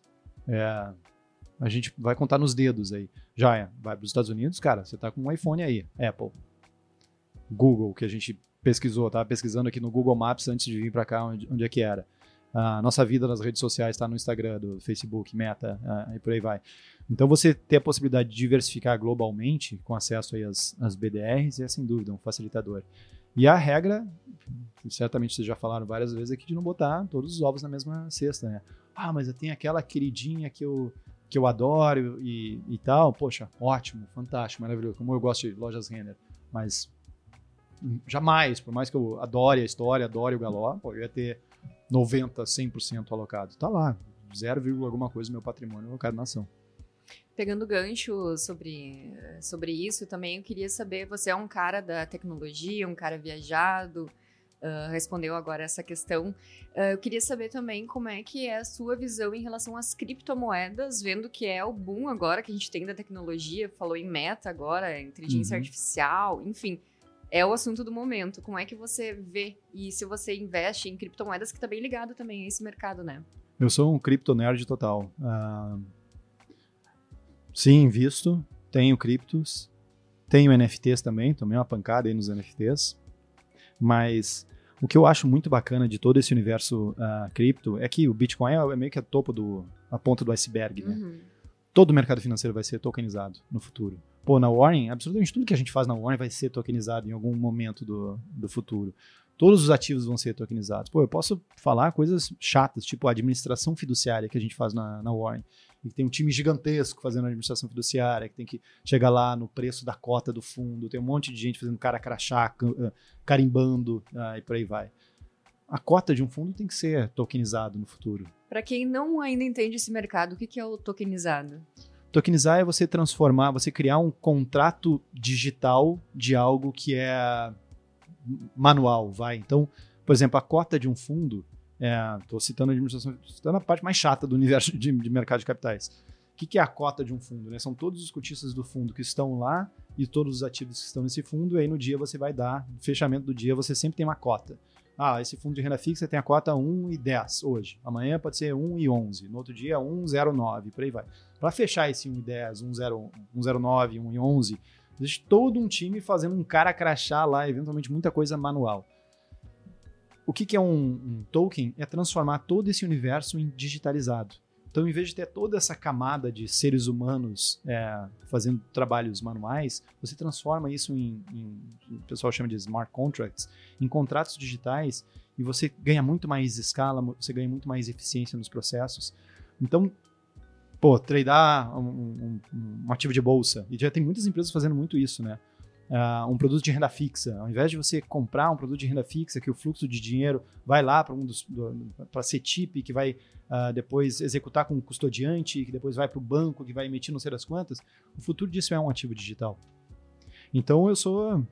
A gente vai contar nos dedos aí. Vai para os Estados Unidos, cara, você tá com um iPhone aí, Apple. Google, que a gente pesquisou, estava pesquisando aqui no Google Maps antes de vir para cá, onde é que era. A nossa vida nas redes sociais está no Instagram, do Facebook, Meta, e por aí vai. Então, você ter a possibilidade de diversificar globalmente, com acesso aí às BDRs, é sem dúvida um facilitador. E a regra, certamente vocês já falaram várias vezes aqui, de não botar todos os ovos na mesma cesta, né? Mas eu tenho aquela queridinha que eu adoro e tal. Poxa, ótimo, fantástico, maravilhoso. Como eu gosto de lojas Renner, mas jamais, por mais que eu adore a história, adore o Galó, eu ia ter 90%, 100% alocado. Tá lá, 0, alguma coisa do meu patrimônio alocado na ação. Pegando gancho sobre isso também, eu queria saber, você é um cara da tecnologia, um cara viajado, respondeu agora essa questão. Eu queria saber também como é que é a sua visão em relação às criptomoedas, vendo que é o boom agora que a gente tem da tecnologia, falou em meta agora, inteligência artificial, enfim, é o assunto do momento. Como é que você vê e se você investe em criptomoedas, que está bem ligado também a esse mercado, né? Eu sou um cripto nerd total. Sim, invisto, tenho criptos, tenho NFTs também, tomei uma pancada aí nos NFTs, mas o que eu acho muito bacana de todo esse universo cripto é que o Bitcoin é meio que a a ponta do iceberg, né? Uhum. Todo o mercado financeiro vai ser tokenizado no futuro. Pô, na Warren, absolutamente tudo que a gente faz na Warren vai ser tokenizado em algum momento do futuro. Todos os ativos vão ser tokenizados. Pô, eu posso falar coisas chatas, tipo a administração fiduciária que a gente faz na Warren. E tem um time gigantesco fazendo a administração fiduciária, que tem que chegar lá no preço da cota do fundo, tem um monte de gente fazendo cara crachá, carimbando, e por aí vai. A cota de um fundo tem que ser tokenizado no futuro. Para quem não ainda entende esse mercado, o que é o tokenizado? Tokenizar é você transformar, você criar um contrato digital de algo que é manual, vai. Então, por exemplo, a cota de um fundo, estou citando a administração, citando a parte mais chata do universo de mercado de capitais. O que é a cota de um fundo? Né? São todos os cotistas do fundo que estão lá e todos os ativos que estão nesse fundo, e aí no dia você vai dar, no fechamento do dia, você sempre tem uma cota. Esse fundo de renda fixa tem a cota 1,10 hoje. Amanhã pode ser 1,11. No outro dia, 1,09. Por aí vai. Para fechar esse 1,10, 1,09, 1,11, existe todo um time fazendo um cara crachá lá, eventualmente muita coisa manual. O que é um token? É transformar todo esse universo em digitalizado. Então, em vez de ter toda essa camada de seres humanos fazendo trabalhos manuais, você transforma isso o pessoal chama de smart contracts, em contratos digitais, e você ganha muito mais escala, você ganha muito mais eficiência nos processos. Então, tradear um ativo de bolsa, e já tem muitas empresas fazendo muito isso, né? Um produto de renda fixa, ao invés de você comprar um produto de renda fixa, que o fluxo de dinheiro vai lá para a CETIP, que vai depois executar com um custodiante, que depois vai para o banco, que vai emitir não sei das quantas, o futuro disso é um ativo digital. Então eu sou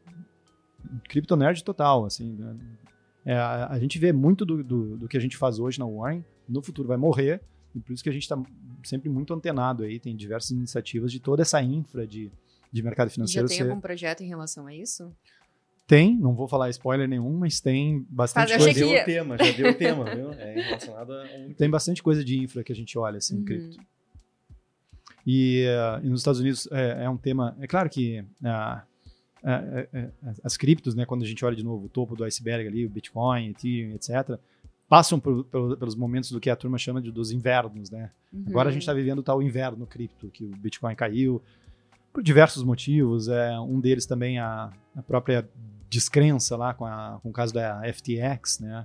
cripto nerd total, assim, né? A gente vê muito do que a gente faz hoje na Warren, no futuro vai morrer, e por isso que a gente está sempre muito antenado aí, tem diversas iniciativas de toda essa infra de mercado financeiro. Já tem algum projeto em relação a isso? Tem, não vou falar spoiler nenhum, mas tem bastante coisa. Já deu o tema, viu? É relacionado a Tem bastante coisa de infra que a gente olha, assim, em cripto. E nos Estados Unidos é um tema... É claro que as criptos, né, quando a gente olha de novo o topo do iceberg ali, o Bitcoin, Ethereum, etc., passam pelos momentos do que a turma chama dos invernos, né? Agora a gente está vivendo o tal inverno cripto, que o Bitcoin caiu, por diversos motivos. Um deles também a própria descrença lá com o caso da FTX, né?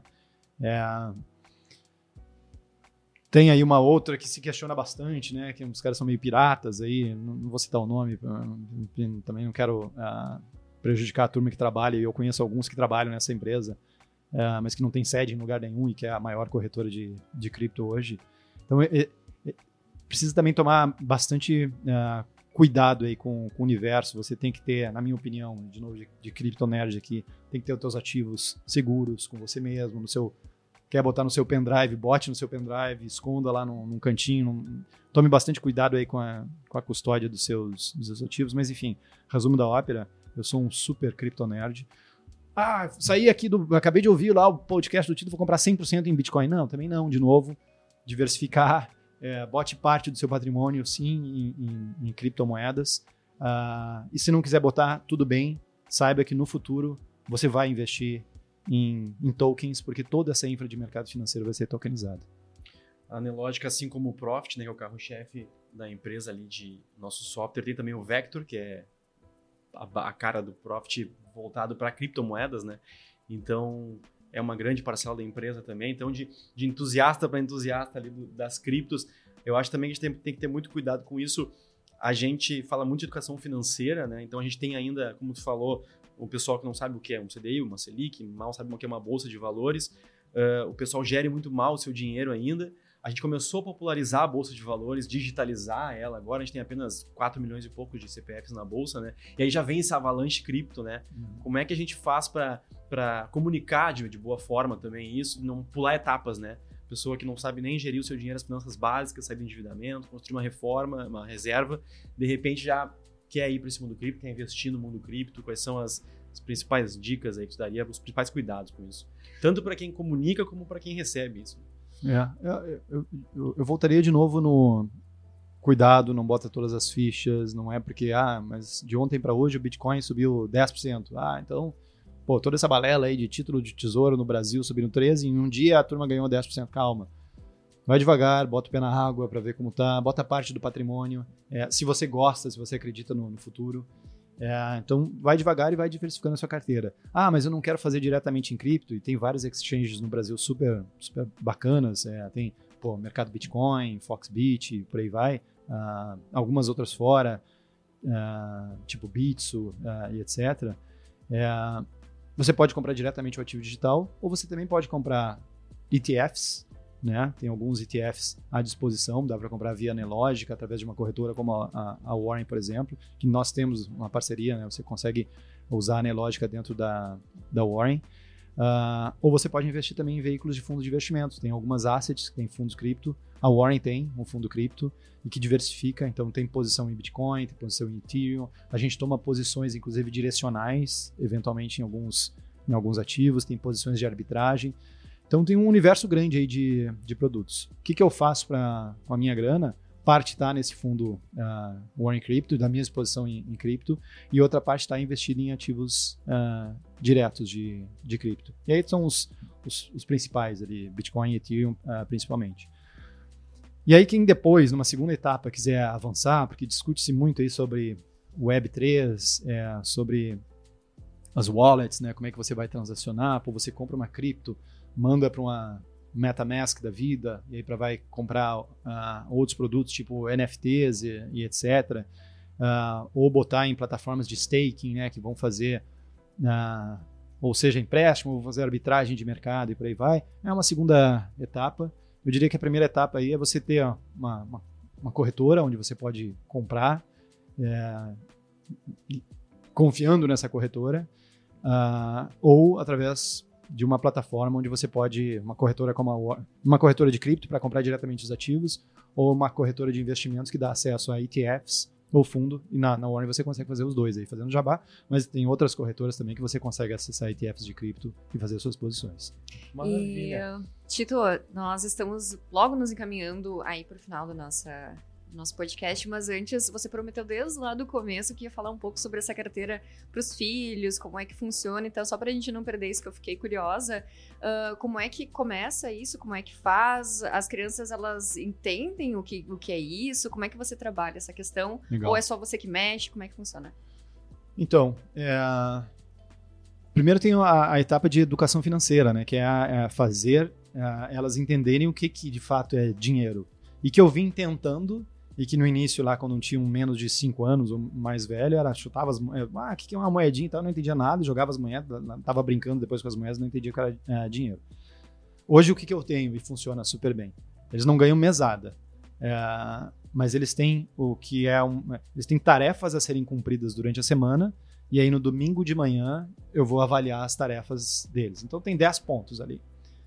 Tem aí uma outra que se questiona bastante, né? Que os caras são meio piratas aí, não vou citar o nome, também não quero prejudicar a turma que trabalha, e eu conheço alguns que trabalham nessa empresa, mas que não tem sede em lugar nenhum e que é a maior corretora de cripto hoje. Então, precisa também tomar bastante cuidado aí com o universo. Você tem que ter, na minha opinião, de novo, de cripto nerd aqui, tem que ter os seus ativos seguros com você mesmo, quer botar no seu pendrive, bote no seu pendrive, esconda lá num cantinho, tome bastante cuidado aí com a custódia dos seus ativos, mas enfim, resumo da ópera, eu sou um super cripto nerd. Saí aqui acabei de ouvir lá o podcast do Tito, vou comprar 100% em Bitcoin. Não, também não, de novo, diversificar, bote parte do seu patrimônio, sim, em criptomoedas. E se não quiser botar, tudo bem, saiba que no futuro você vai investir em tokens, porque toda essa infra de mercado financeiro vai ser tokenizada. A Nelogica, assim como o Profit, né, que é o carro-chefe da empresa ali de nosso software, tem também o Vector, que é a cara do Profit voltado para criptomoedas, né? Então, é uma grande parcela da empresa também. Então, de entusiasta para entusiasta ali das criptos, eu acho também que a gente tem que ter muito cuidado com isso. A gente fala muito de educação financeira, né? Então, a gente tem ainda, como tu falou, o pessoal que não sabe o que é um CDI, uma Selic, mal sabe o que é uma bolsa de valores. O pessoal gere muito mal o seu dinheiro ainda. A gente começou a popularizar a Bolsa de Valores, digitalizar ela. Agora a gente tem apenas 4 milhões e pouco de CPFs na Bolsa, né? E aí já vem esse avalanche cripto, né? Como é que a gente faz para comunicar de boa forma também isso, não pular etapas, né? Pessoa que não sabe nem gerir o seu dinheiro, as finanças básicas, sair do endividamento, construir uma reforma, uma reserva, de repente já quer ir para esse mundo cripto, quer investir no mundo cripto. Quais são as principais dicas aí que tu daria, os principais cuidados com isso? Tanto para quem comunica como para quem recebe isso. Eu voltaria de novo no cuidado, não bota todas as fichas, não é porque, mas de ontem para hoje o Bitcoin subiu 10%. Então, toda essa balela aí de título de tesouro no Brasil subindo 13%, em um dia a turma ganhou 10%. Calma. Vai devagar, bota o pé na água para ver como tá, bota parte do patrimônio. Se você gosta, se você acredita no futuro. Então, vai devagar e vai diversificando a sua carteira. Mas eu não quero fazer diretamente em cripto, e tem vários exchanges no Brasil super, super bacanas. Tem Mercado Bitcoin, Foxbit, por aí vai. Algumas outras fora, tipo Bitso e etc. Você pode comprar diretamente o ativo digital, ou você também pode comprar ETFs, né? Tem alguns ETFs à disposição, dá para comprar via Nelogica, através de uma corretora como a Warren, por exemplo, que nós temos uma parceria, né? Você consegue usar a Nelogica dentro da Warren. Ou você pode investir também em veículos de fundos de investimentos. Tem algumas assets que tem fundos cripto. A Warren tem um fundo cripto e que diversifica, então tem posição em Bitcoin, tem posição em Ethereum. A gente toma posições, inclusive, direcionais, eventualmente em alguns ativos, tem posições de arbitragem. Então tem um universo grande aí de produtos. O que eu faço com a minha grana? Parte está nesse fundo Warren Crypto, da minha exposição em cripto, e outra parte está investida em ativos diretos de cripto. E aí são os principais ali, Bitcoin e Ethereum principalmente. E aí quem depois, numa segunda etapa, quiser avançar, porque discute-se muito aí sobre Web3, sobre as wallets, né? Como é que você vai transacionar, você compra uma cripto, manda para uma MetaMask da vida, e aí vai comprar outros produtos tipo NFTs e etc. Ou botar em plataformas de staking, né, que vão fazer, ou seja, empréstimo, ou fazer arbitragem de mercado e por aí vai. É uma segunda etapa. Eu diria que a primeira etapa aí é você ter uma corretora onde você pode comprar, confiando nessa corretora, ou através de uma plataforma onde você pode, uma corretora como uma corretora de cripto para comprar diretamente os ativos, ou uma corretora de investimentos que dá acesso a ETFs ou fundo, e na Warren você consegue fazer os dois aí, fazendo jabá, mas tem outras corretoras também que você consegue acessar ETFs de cripto e fazer suas posições. Maravilha. E, Tito, nós estamos logo nos encaminhando aí para o final do nosso podcast, mas antes você prometeu desde lá do começo que ia falar um pouco sobre essa carteira para os filhos, como é que funciona, então só para a gente não perder isso que eu fiquei curiosa, como é que começa isso, como é que faz, as crianças elas entendem o que é isso, como é que você trabalha essa questão, Legal. Ou é só você que mexe, como é que funciona? Então, primeiro tem a etapa de educação financeira, né, que é fazer elas entenderem o que de fato é dinheiro, e que eu vim tentando. E que no início, lá, quando tinham menos de 5 anos, ou mais velho, chutava as moedas. O que é uma moedinha e tal? Eu não entendia nada, jogava as moedas, tava brincando depois com as moedas, não entendia que era dinheiro. Hoje, o que eu tenho e funciona super bem? Eles não ganham mesada, mas eles têm eles têm tarefas a serem cumpridas durante a semana, e aí no domingo de manhã eu vou avaliar as tarefas deles. Então tem 10 pontos ali.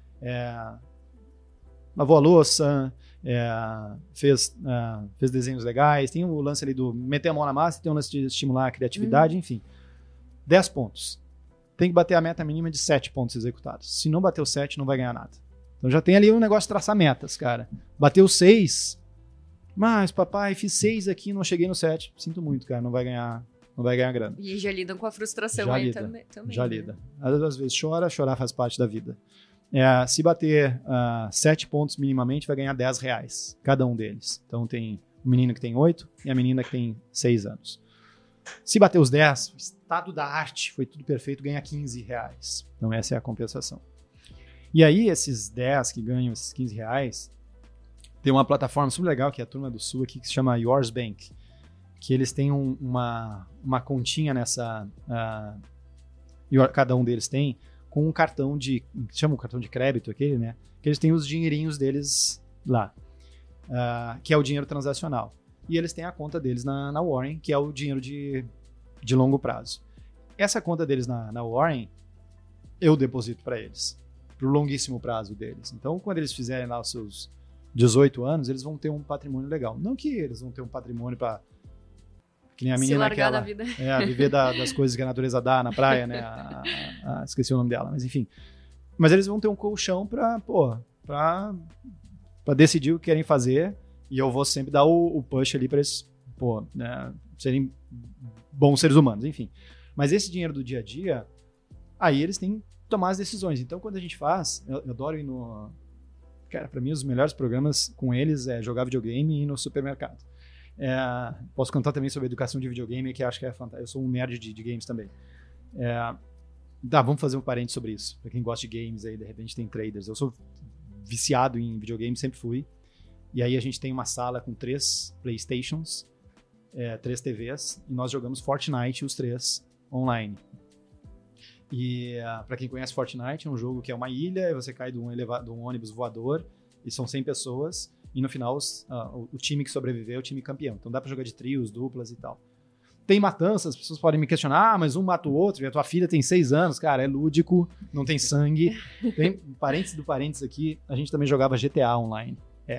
Lavou a louça, fez desenhos legais, tem o lance ali do meter a mão na massa, tem o lance de estimular a criatividade, enfim. 10 pontos. Tem que bater a meta mínima de 7 pontos executados. Se não bater o 7, não vai ganhar nada. Então já tem ali um negócio de traçar metas, cara. Bateu 6, mas papai, fiz 6 aqui, não cheguei no 7. Sinto muito, cara, não vai ganhar grana. E já lidam com a frustração Já aí lida, também. Já né? lida. Às vezes chorar faz parte da vida. Se bater 7 pontos minimamente, vai ganhar R$10, cada um deles. Então tem um menino que tem 8 e a menina que tem 6 anos. Se bater os 10, o estado da arte, foi tudo perfeito, ganha R$15. Então essa é a compensação. E aí esses 10 que ganham esses R$15, tem uma plataforma super legal, que é a turma do Sul aqui, que se chama Yours Bank, que eles têm uma continha nessa... cada um deles tem, com um cartão chama o cartão de crédito aquele, né? Que eles têm os dinheirinhos deles lá, que é o dinheiro transacional. E eles têm a conta deles na Warren, que é o dinheiro de longo prazo. Essa conta deles na Warren, eu deposito para eles, para o longuíssimo prazo deles. Então, quando eles fizerem lá os seus 18 anos, eles vão ter um patrimônio legal. Não que eles vão ter um patrimônio para... Que nem a menina aquela... Se largar da vida. Viver das coisas que a natureza dá na praia, né? Esqueci o nome dela, mas enfim. Mas eles vão ter um colchão para decidir o que querem fazer, e eu vou sempre dar o push ali para eles, né, serem bons seres humanos, enfim. Mas esse dinheiro do dia a dia, aí eles têm que tomar as decisões. Então, quando a gente faz, eu adoro ir no... Cara, para mim, os melhores programas com eles é jogar videogame e ir no supermercado. Posso contar também sobre a educação de videogame, que acho que é fantástico. Eu sou um nerd de games também. Vamos fazer um parênteses sobre isso. Para quem gosta de games aí, de repente tem traders. Eu sou viciado em videogame, sempre fui. E aí a gente tem uma sala com 3 Playstations, 3 TVs, e nós jogamos Fortnite, os 3, online. E para quem conhece Fortnite, é um jogo que é uma ilha, e você cai de um ônibus voador, e são 100 pessoas, e no final o time que sobreviver é o time campeão. Então dá para jogar de trios, duplas e tal. Tem matanças, as pessoas podem me questionar, mas um mata o outro, e a tua filha tem 6 anos, cara, é lúdico, não tem sangue. Tem parênteses do parênteses aqui, a gente também jogava GTA online.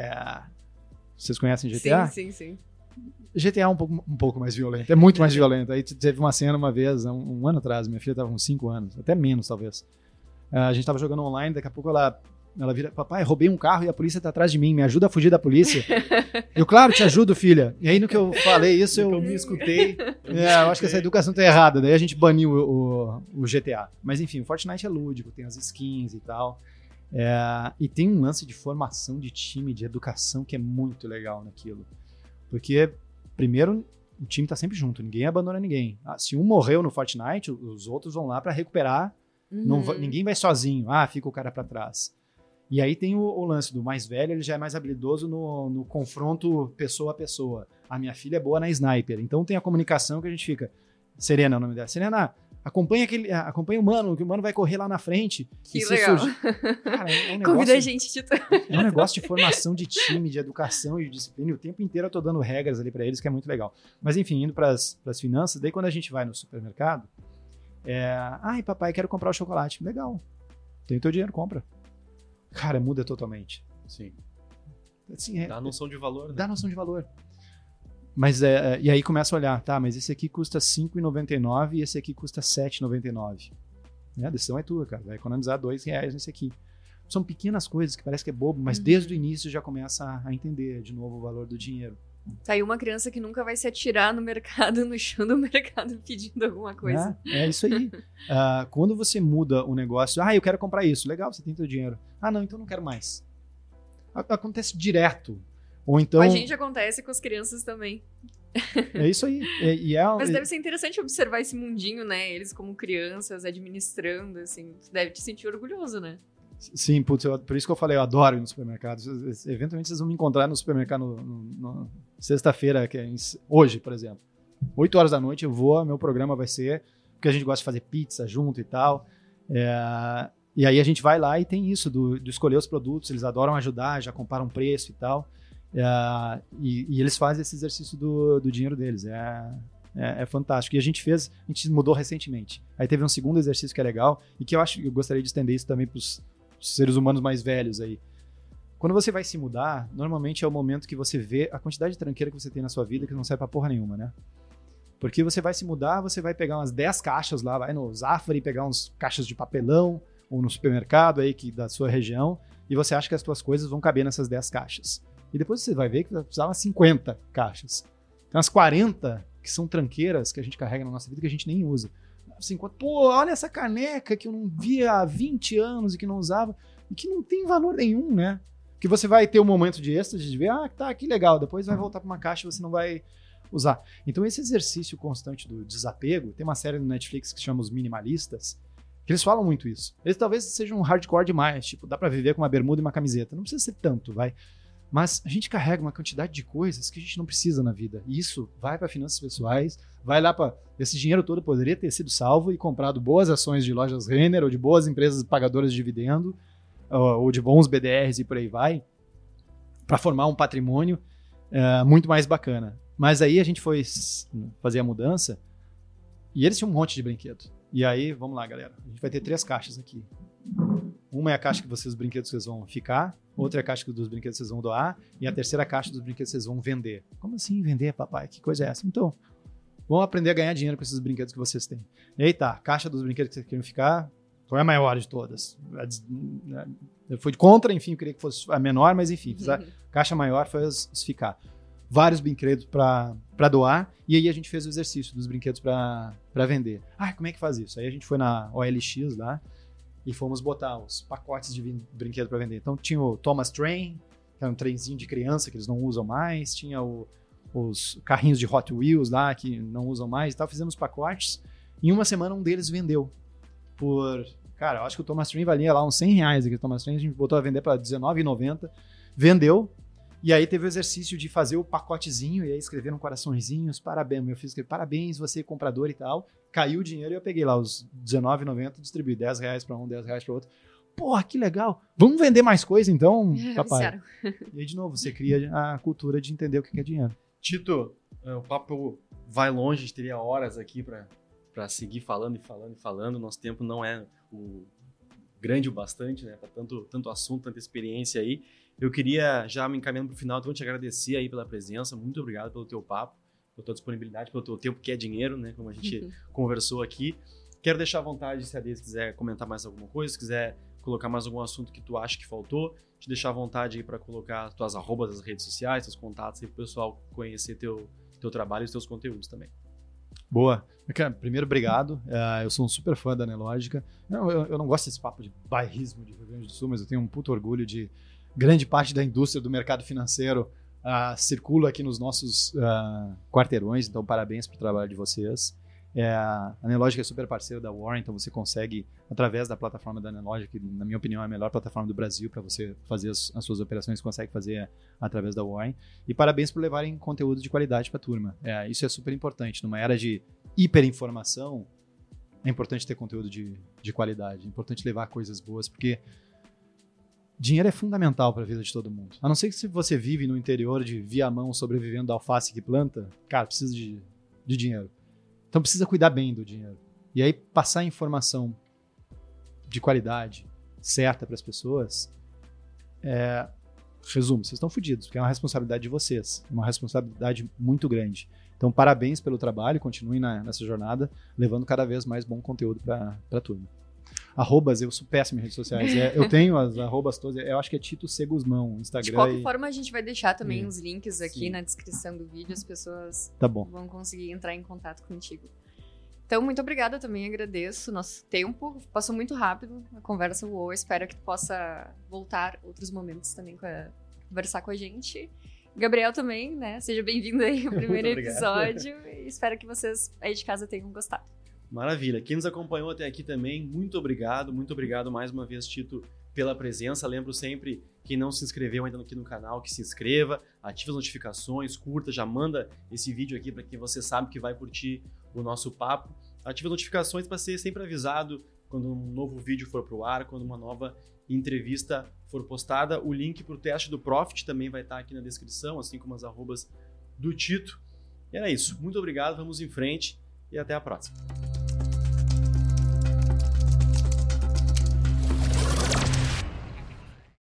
Vocês conhecem GTA? Sim. GTA é um pouco mais violento, é muito mais violento. Aí teve uma cena uma vez, um ano atrás, minha filha estava com 5 anos, até menos talvez. A gente estava jogando online, daqui a pouco ela vira: papai, roubei um carro e a polícia tá atrás de mim, me ajuda a fugir da polícia. Eu, claro, te ajudo, filha. E aí no que eu falei isso, eu me escutei. Eu acho que essa educação tá errada, daí a gente baniu o GTA. Mas enfim, o Fortnite é lúdico, tem as skins e tal. E tem um lance de formação de time, de educação, que é muito legal naquilo. Porque, primeiro, o time tá sempre junto, ninguém abandona ninguém. Se um morreu no Fortnite, os outros vão lá para recuperar. Ninguém vai sozinho, fica o cara para trás. E aí tem o lance do mais velho, ele já é mais habilidoso no confronto pessoa a pessoa. A minha filha é boa na sniper, então tem a comunicação que a gente fica... Serena é o nome dela. Serena, acompanha o mano, que o mano vai correr lá na frente. Que legal. Cara, é um negócio... Convida a gente, Tito. É um negócio de formação de time, de educação e de disciplina, e o tempo inteiro eu tô dando regras ali para eles, que é muito legal. Mas enfim, indo para as finanças, daí quando a gente vai no supermercado, ai papai, quero comprar o chocolate. Legal, tem o teu dinheiro, compra. Cara, muda totalmente. Sim. Assim, dá noção de valor, né? Dá noção de valor. Mas e aí começa a olhar, tá, mas esse aqui custa R$ 5,99 e esse aqui custa R$ 7,99. A decisão é tua, cara. Vai economizar R$2 nesse aqui. São pequenas coisas que parece que é bobo, mas desde o início já começa a entender de novo o valor do dinheiro. Tá aí uma criança que nunca vai se atirar no mercado, no chão do mercado pedindo alguma coisa. É isso aí. Quando você muda o negócio, eu quero comprar isso. Legal, você tem teu dinheiro. Não, então não quero mais. Acontece direto. Ou então... Com a gente acontece com as crianças também. É isso aí. Mas deve ser interessante observar esse mundinho, né? Eles como crianças, administrando, assim. Você deve te sentir orgulhoso, né? Sim, putz, por isso que eu falei, eu adoro ir no supermercado. Eventualmente vocês vão me encontrar no supermercado sexta-feira, que é hoje, por exemplo. 8 horas da noite eu vou, meu programa vai ser, porque a gente gosta de fazer pizza junto e tal. E aí a gente vai lá e tem isso, do escolher os produtos, eles adoram ajudar, já comparam preço e tal. E eles fazem esse exercício do dinheiro deles. É fantástico. E a gente mudou recentemente. Aí teve um segundo exercício que é legal, e que eu gostaria de estender isso também para os seres humanos mais velhos aí. Quando você vai se mudar, normalmente é o momento que você vê a quantidade de tranqueira que você tem na sua vida que não serve pra porra nenhuma, né? Porque você vai se mudar, você vai pegar umas 10 caixas lá, vai no Zafari pegar uns caixas de papelão, ou no supermercado aí da sua região, e você acha que as suas coisas vão caber nessas 10 caixas. E depois você vai ver que vai precisar umas 50 caixas. Tem umas 40 que são tranqueiras que a gente carrega na nossa vida que a gente nem usa. 50, olha essa caneca que eu não via há 20 anos e que não usava, e que não tem valor nenhum, né? Que você vai ter um momento de êxtase de ver, tá, que legal, depois vai voltar para uma caixa e você não vai usar. Então esse exercício constante do desapego, tem uma série no Netflix que se chama Os Minimalistas, que eles falam muito isso. Eles talvez sejam um hardcore demais, tipo, dá para viver com uma bermuda e uma camiseta. Não precisa ser tanto, vai. Mas a gente carrega uma quantidade de coisas que a gente não precisa na vida. E isso vai para finanças pessoais, vai lá para... Esse dinheiro todo poderia ter sido salvo e comprado boas ações de lojas Renner ou de boas empresas pagadoras de dividendo, ou de bons BDRs e por aí vai, para formar um patrimônio muito mais bacana. Mas aí a gente foi fazer a mudança e eles tinham um monte de brinquedo. E aí, vamos lá, galera. A gente vai ter 3 caixas aqui. Uma é a caixa que os brinquedos que vocês vão ficar, outra é a caixa dos brinquedos que vocês vão doar, e a terceira caixa dos brinquedos que vocês vão vender. Como assim vender, papai? Que coisa é essa? Então, vamos aprender a ganhar dinheiro com esses brinquedos que vocês têm. E aí tá, a caixa dos brinquedos que vocês queriam ficar foi a maior de todas. Eu fui contra, enfim, eu queria que fosse a menor, mas enfim, a caixa maior foi as ficar. Vários brinquedos para doar, e aí a gente fez o exercício dos brinquedos para vender. Como é que faz isso? Aí a gente foi na OLX lá e fomos botar os pacotes de brinquedo para vender. Então tinha o Thomas Train, que era um trenzinho de criança que eles não usam mais, tinha os carrinhos de Hot Wheels lá que não usam mais e tal. Fizemos pacotes, em uma semana um deles vendeu por... Cara, eu acho que o Thomas Train valia lá uns R$100 aqui. O Thomas Train a gente botou a vender para R$19,90, vendeu. E aí teve o exercício de fazer o pacotezinho e aí escreveram coraçõezinhos, parabéns, meu filho escreveu, parabéns, você comprador e tal. Caiu o dinheiro e eu peguei lá os R$19,90, distribuí R$10 para um, R$10 para outro. Porra, que legal! Vamos vender mais coisa então, papai? E aí, de novo, você cria a cultura de entender o que é dinheiro. Tito, o papo vai longe, a gente teria horas aqui para seguir falando e falando e falando. Nosso tempo não é grande o bastante, né? Para tanto assunto, tanta experiência aí. Eu queria, já me encaminhando para o final, então te agradecer aí pela presença. Muito obrigado pelo teu papo, pela tua disponibilidade, pelo teu tempo, que é dinheiro, né? Como a gente conversou aqui. Quero deixar à vontade, se a Deise quiser comentar mais alguma coisa, se quiser colocar mais algum assunto que tu acha que faltou, te deixar à vontade aí para colocar as tuas arrobas nas redes sociais, teus contatos aí para o pessoal conhecer teu trabalho e os teus conteúdos também. Boa. Primeiro, obrigado. Eu sou um super fã da Nelogica. Eu não gosto desse papo de bairrismo de Rio Grande do Sul, mas eu tenho um puto orgulho de grande parte da indústria do mercado financeiro circula aqui nos nossos quarteirões, então parabéns pelo trabalho de vocês. A Nelogica é super parceiro da Warren, então você consegue, através da plataforma da Nelogica, que na minha opinião é a melhor plataforma do Brasil para você fazer as suas operações, consegue fazer através da Warren. E parabéns por levarem conteúdo de qualidade para a turma. Isso é super importante. Numa era de hiperinformação, é importante ter conteúdo de qualidade, é importante levar coisas boas, porque dinheiro é fundamental para a vida de todo mundo. A não ser que se você vive no interior de Viamão sobrevivendo da alface que planta, cara, precisa de dinheiro. Então precisa cuidar bem do dinheiro. E aí passar informação de qualidade certa para as pessoas, resumo, vocês estão fodidos, porque é uma responsabilidade de vocês, é uma responsabilidade muito grande. Então parabéns pelo trabalho, continuem nessa jornada, levando cada vez mais bom conteúdo para a turma. Arrobas, eu sou péssimo em redes sociais. Eu tenho as arrobas todas, eu acho que é Tito C. Guzmão, Instagram. De qualquer forma, a gente vai deixar também os links aqui na descrição do vídeo, as pessoas vão conseguir entrar em contato contigo. Então, muito obrigada também, agradeço. Nosso tempo passou muito rápido, a conversa voou, espero que tu possa voltar outros momentos também conversar com a gente. Gabriel também, né? Seja bem-vindo aí ao primeiro episódio e espero que vocês aí de casa tenham gostado. Maravilha. Quem nos acompanhou até aqui também, muito obrigado mais uma vez, Tito, pela presença. Lembro sempre, quem não se inscreveu ainda aqui no canal, que se inscreva, ative as notificações, curta, já manda esse vídeo aqui para quem você sabe que vai curtir o nosso papo. Ative as notificações para ser sempre avisado quando um novo vídeo for pro ar, quando uma nova entrevista for postada. O link para o teste do Profit também vai estar aqui na descrição, assim como as arrobas do Tito. E era isso. Muito obrigado, vamos em frente e até a próxima.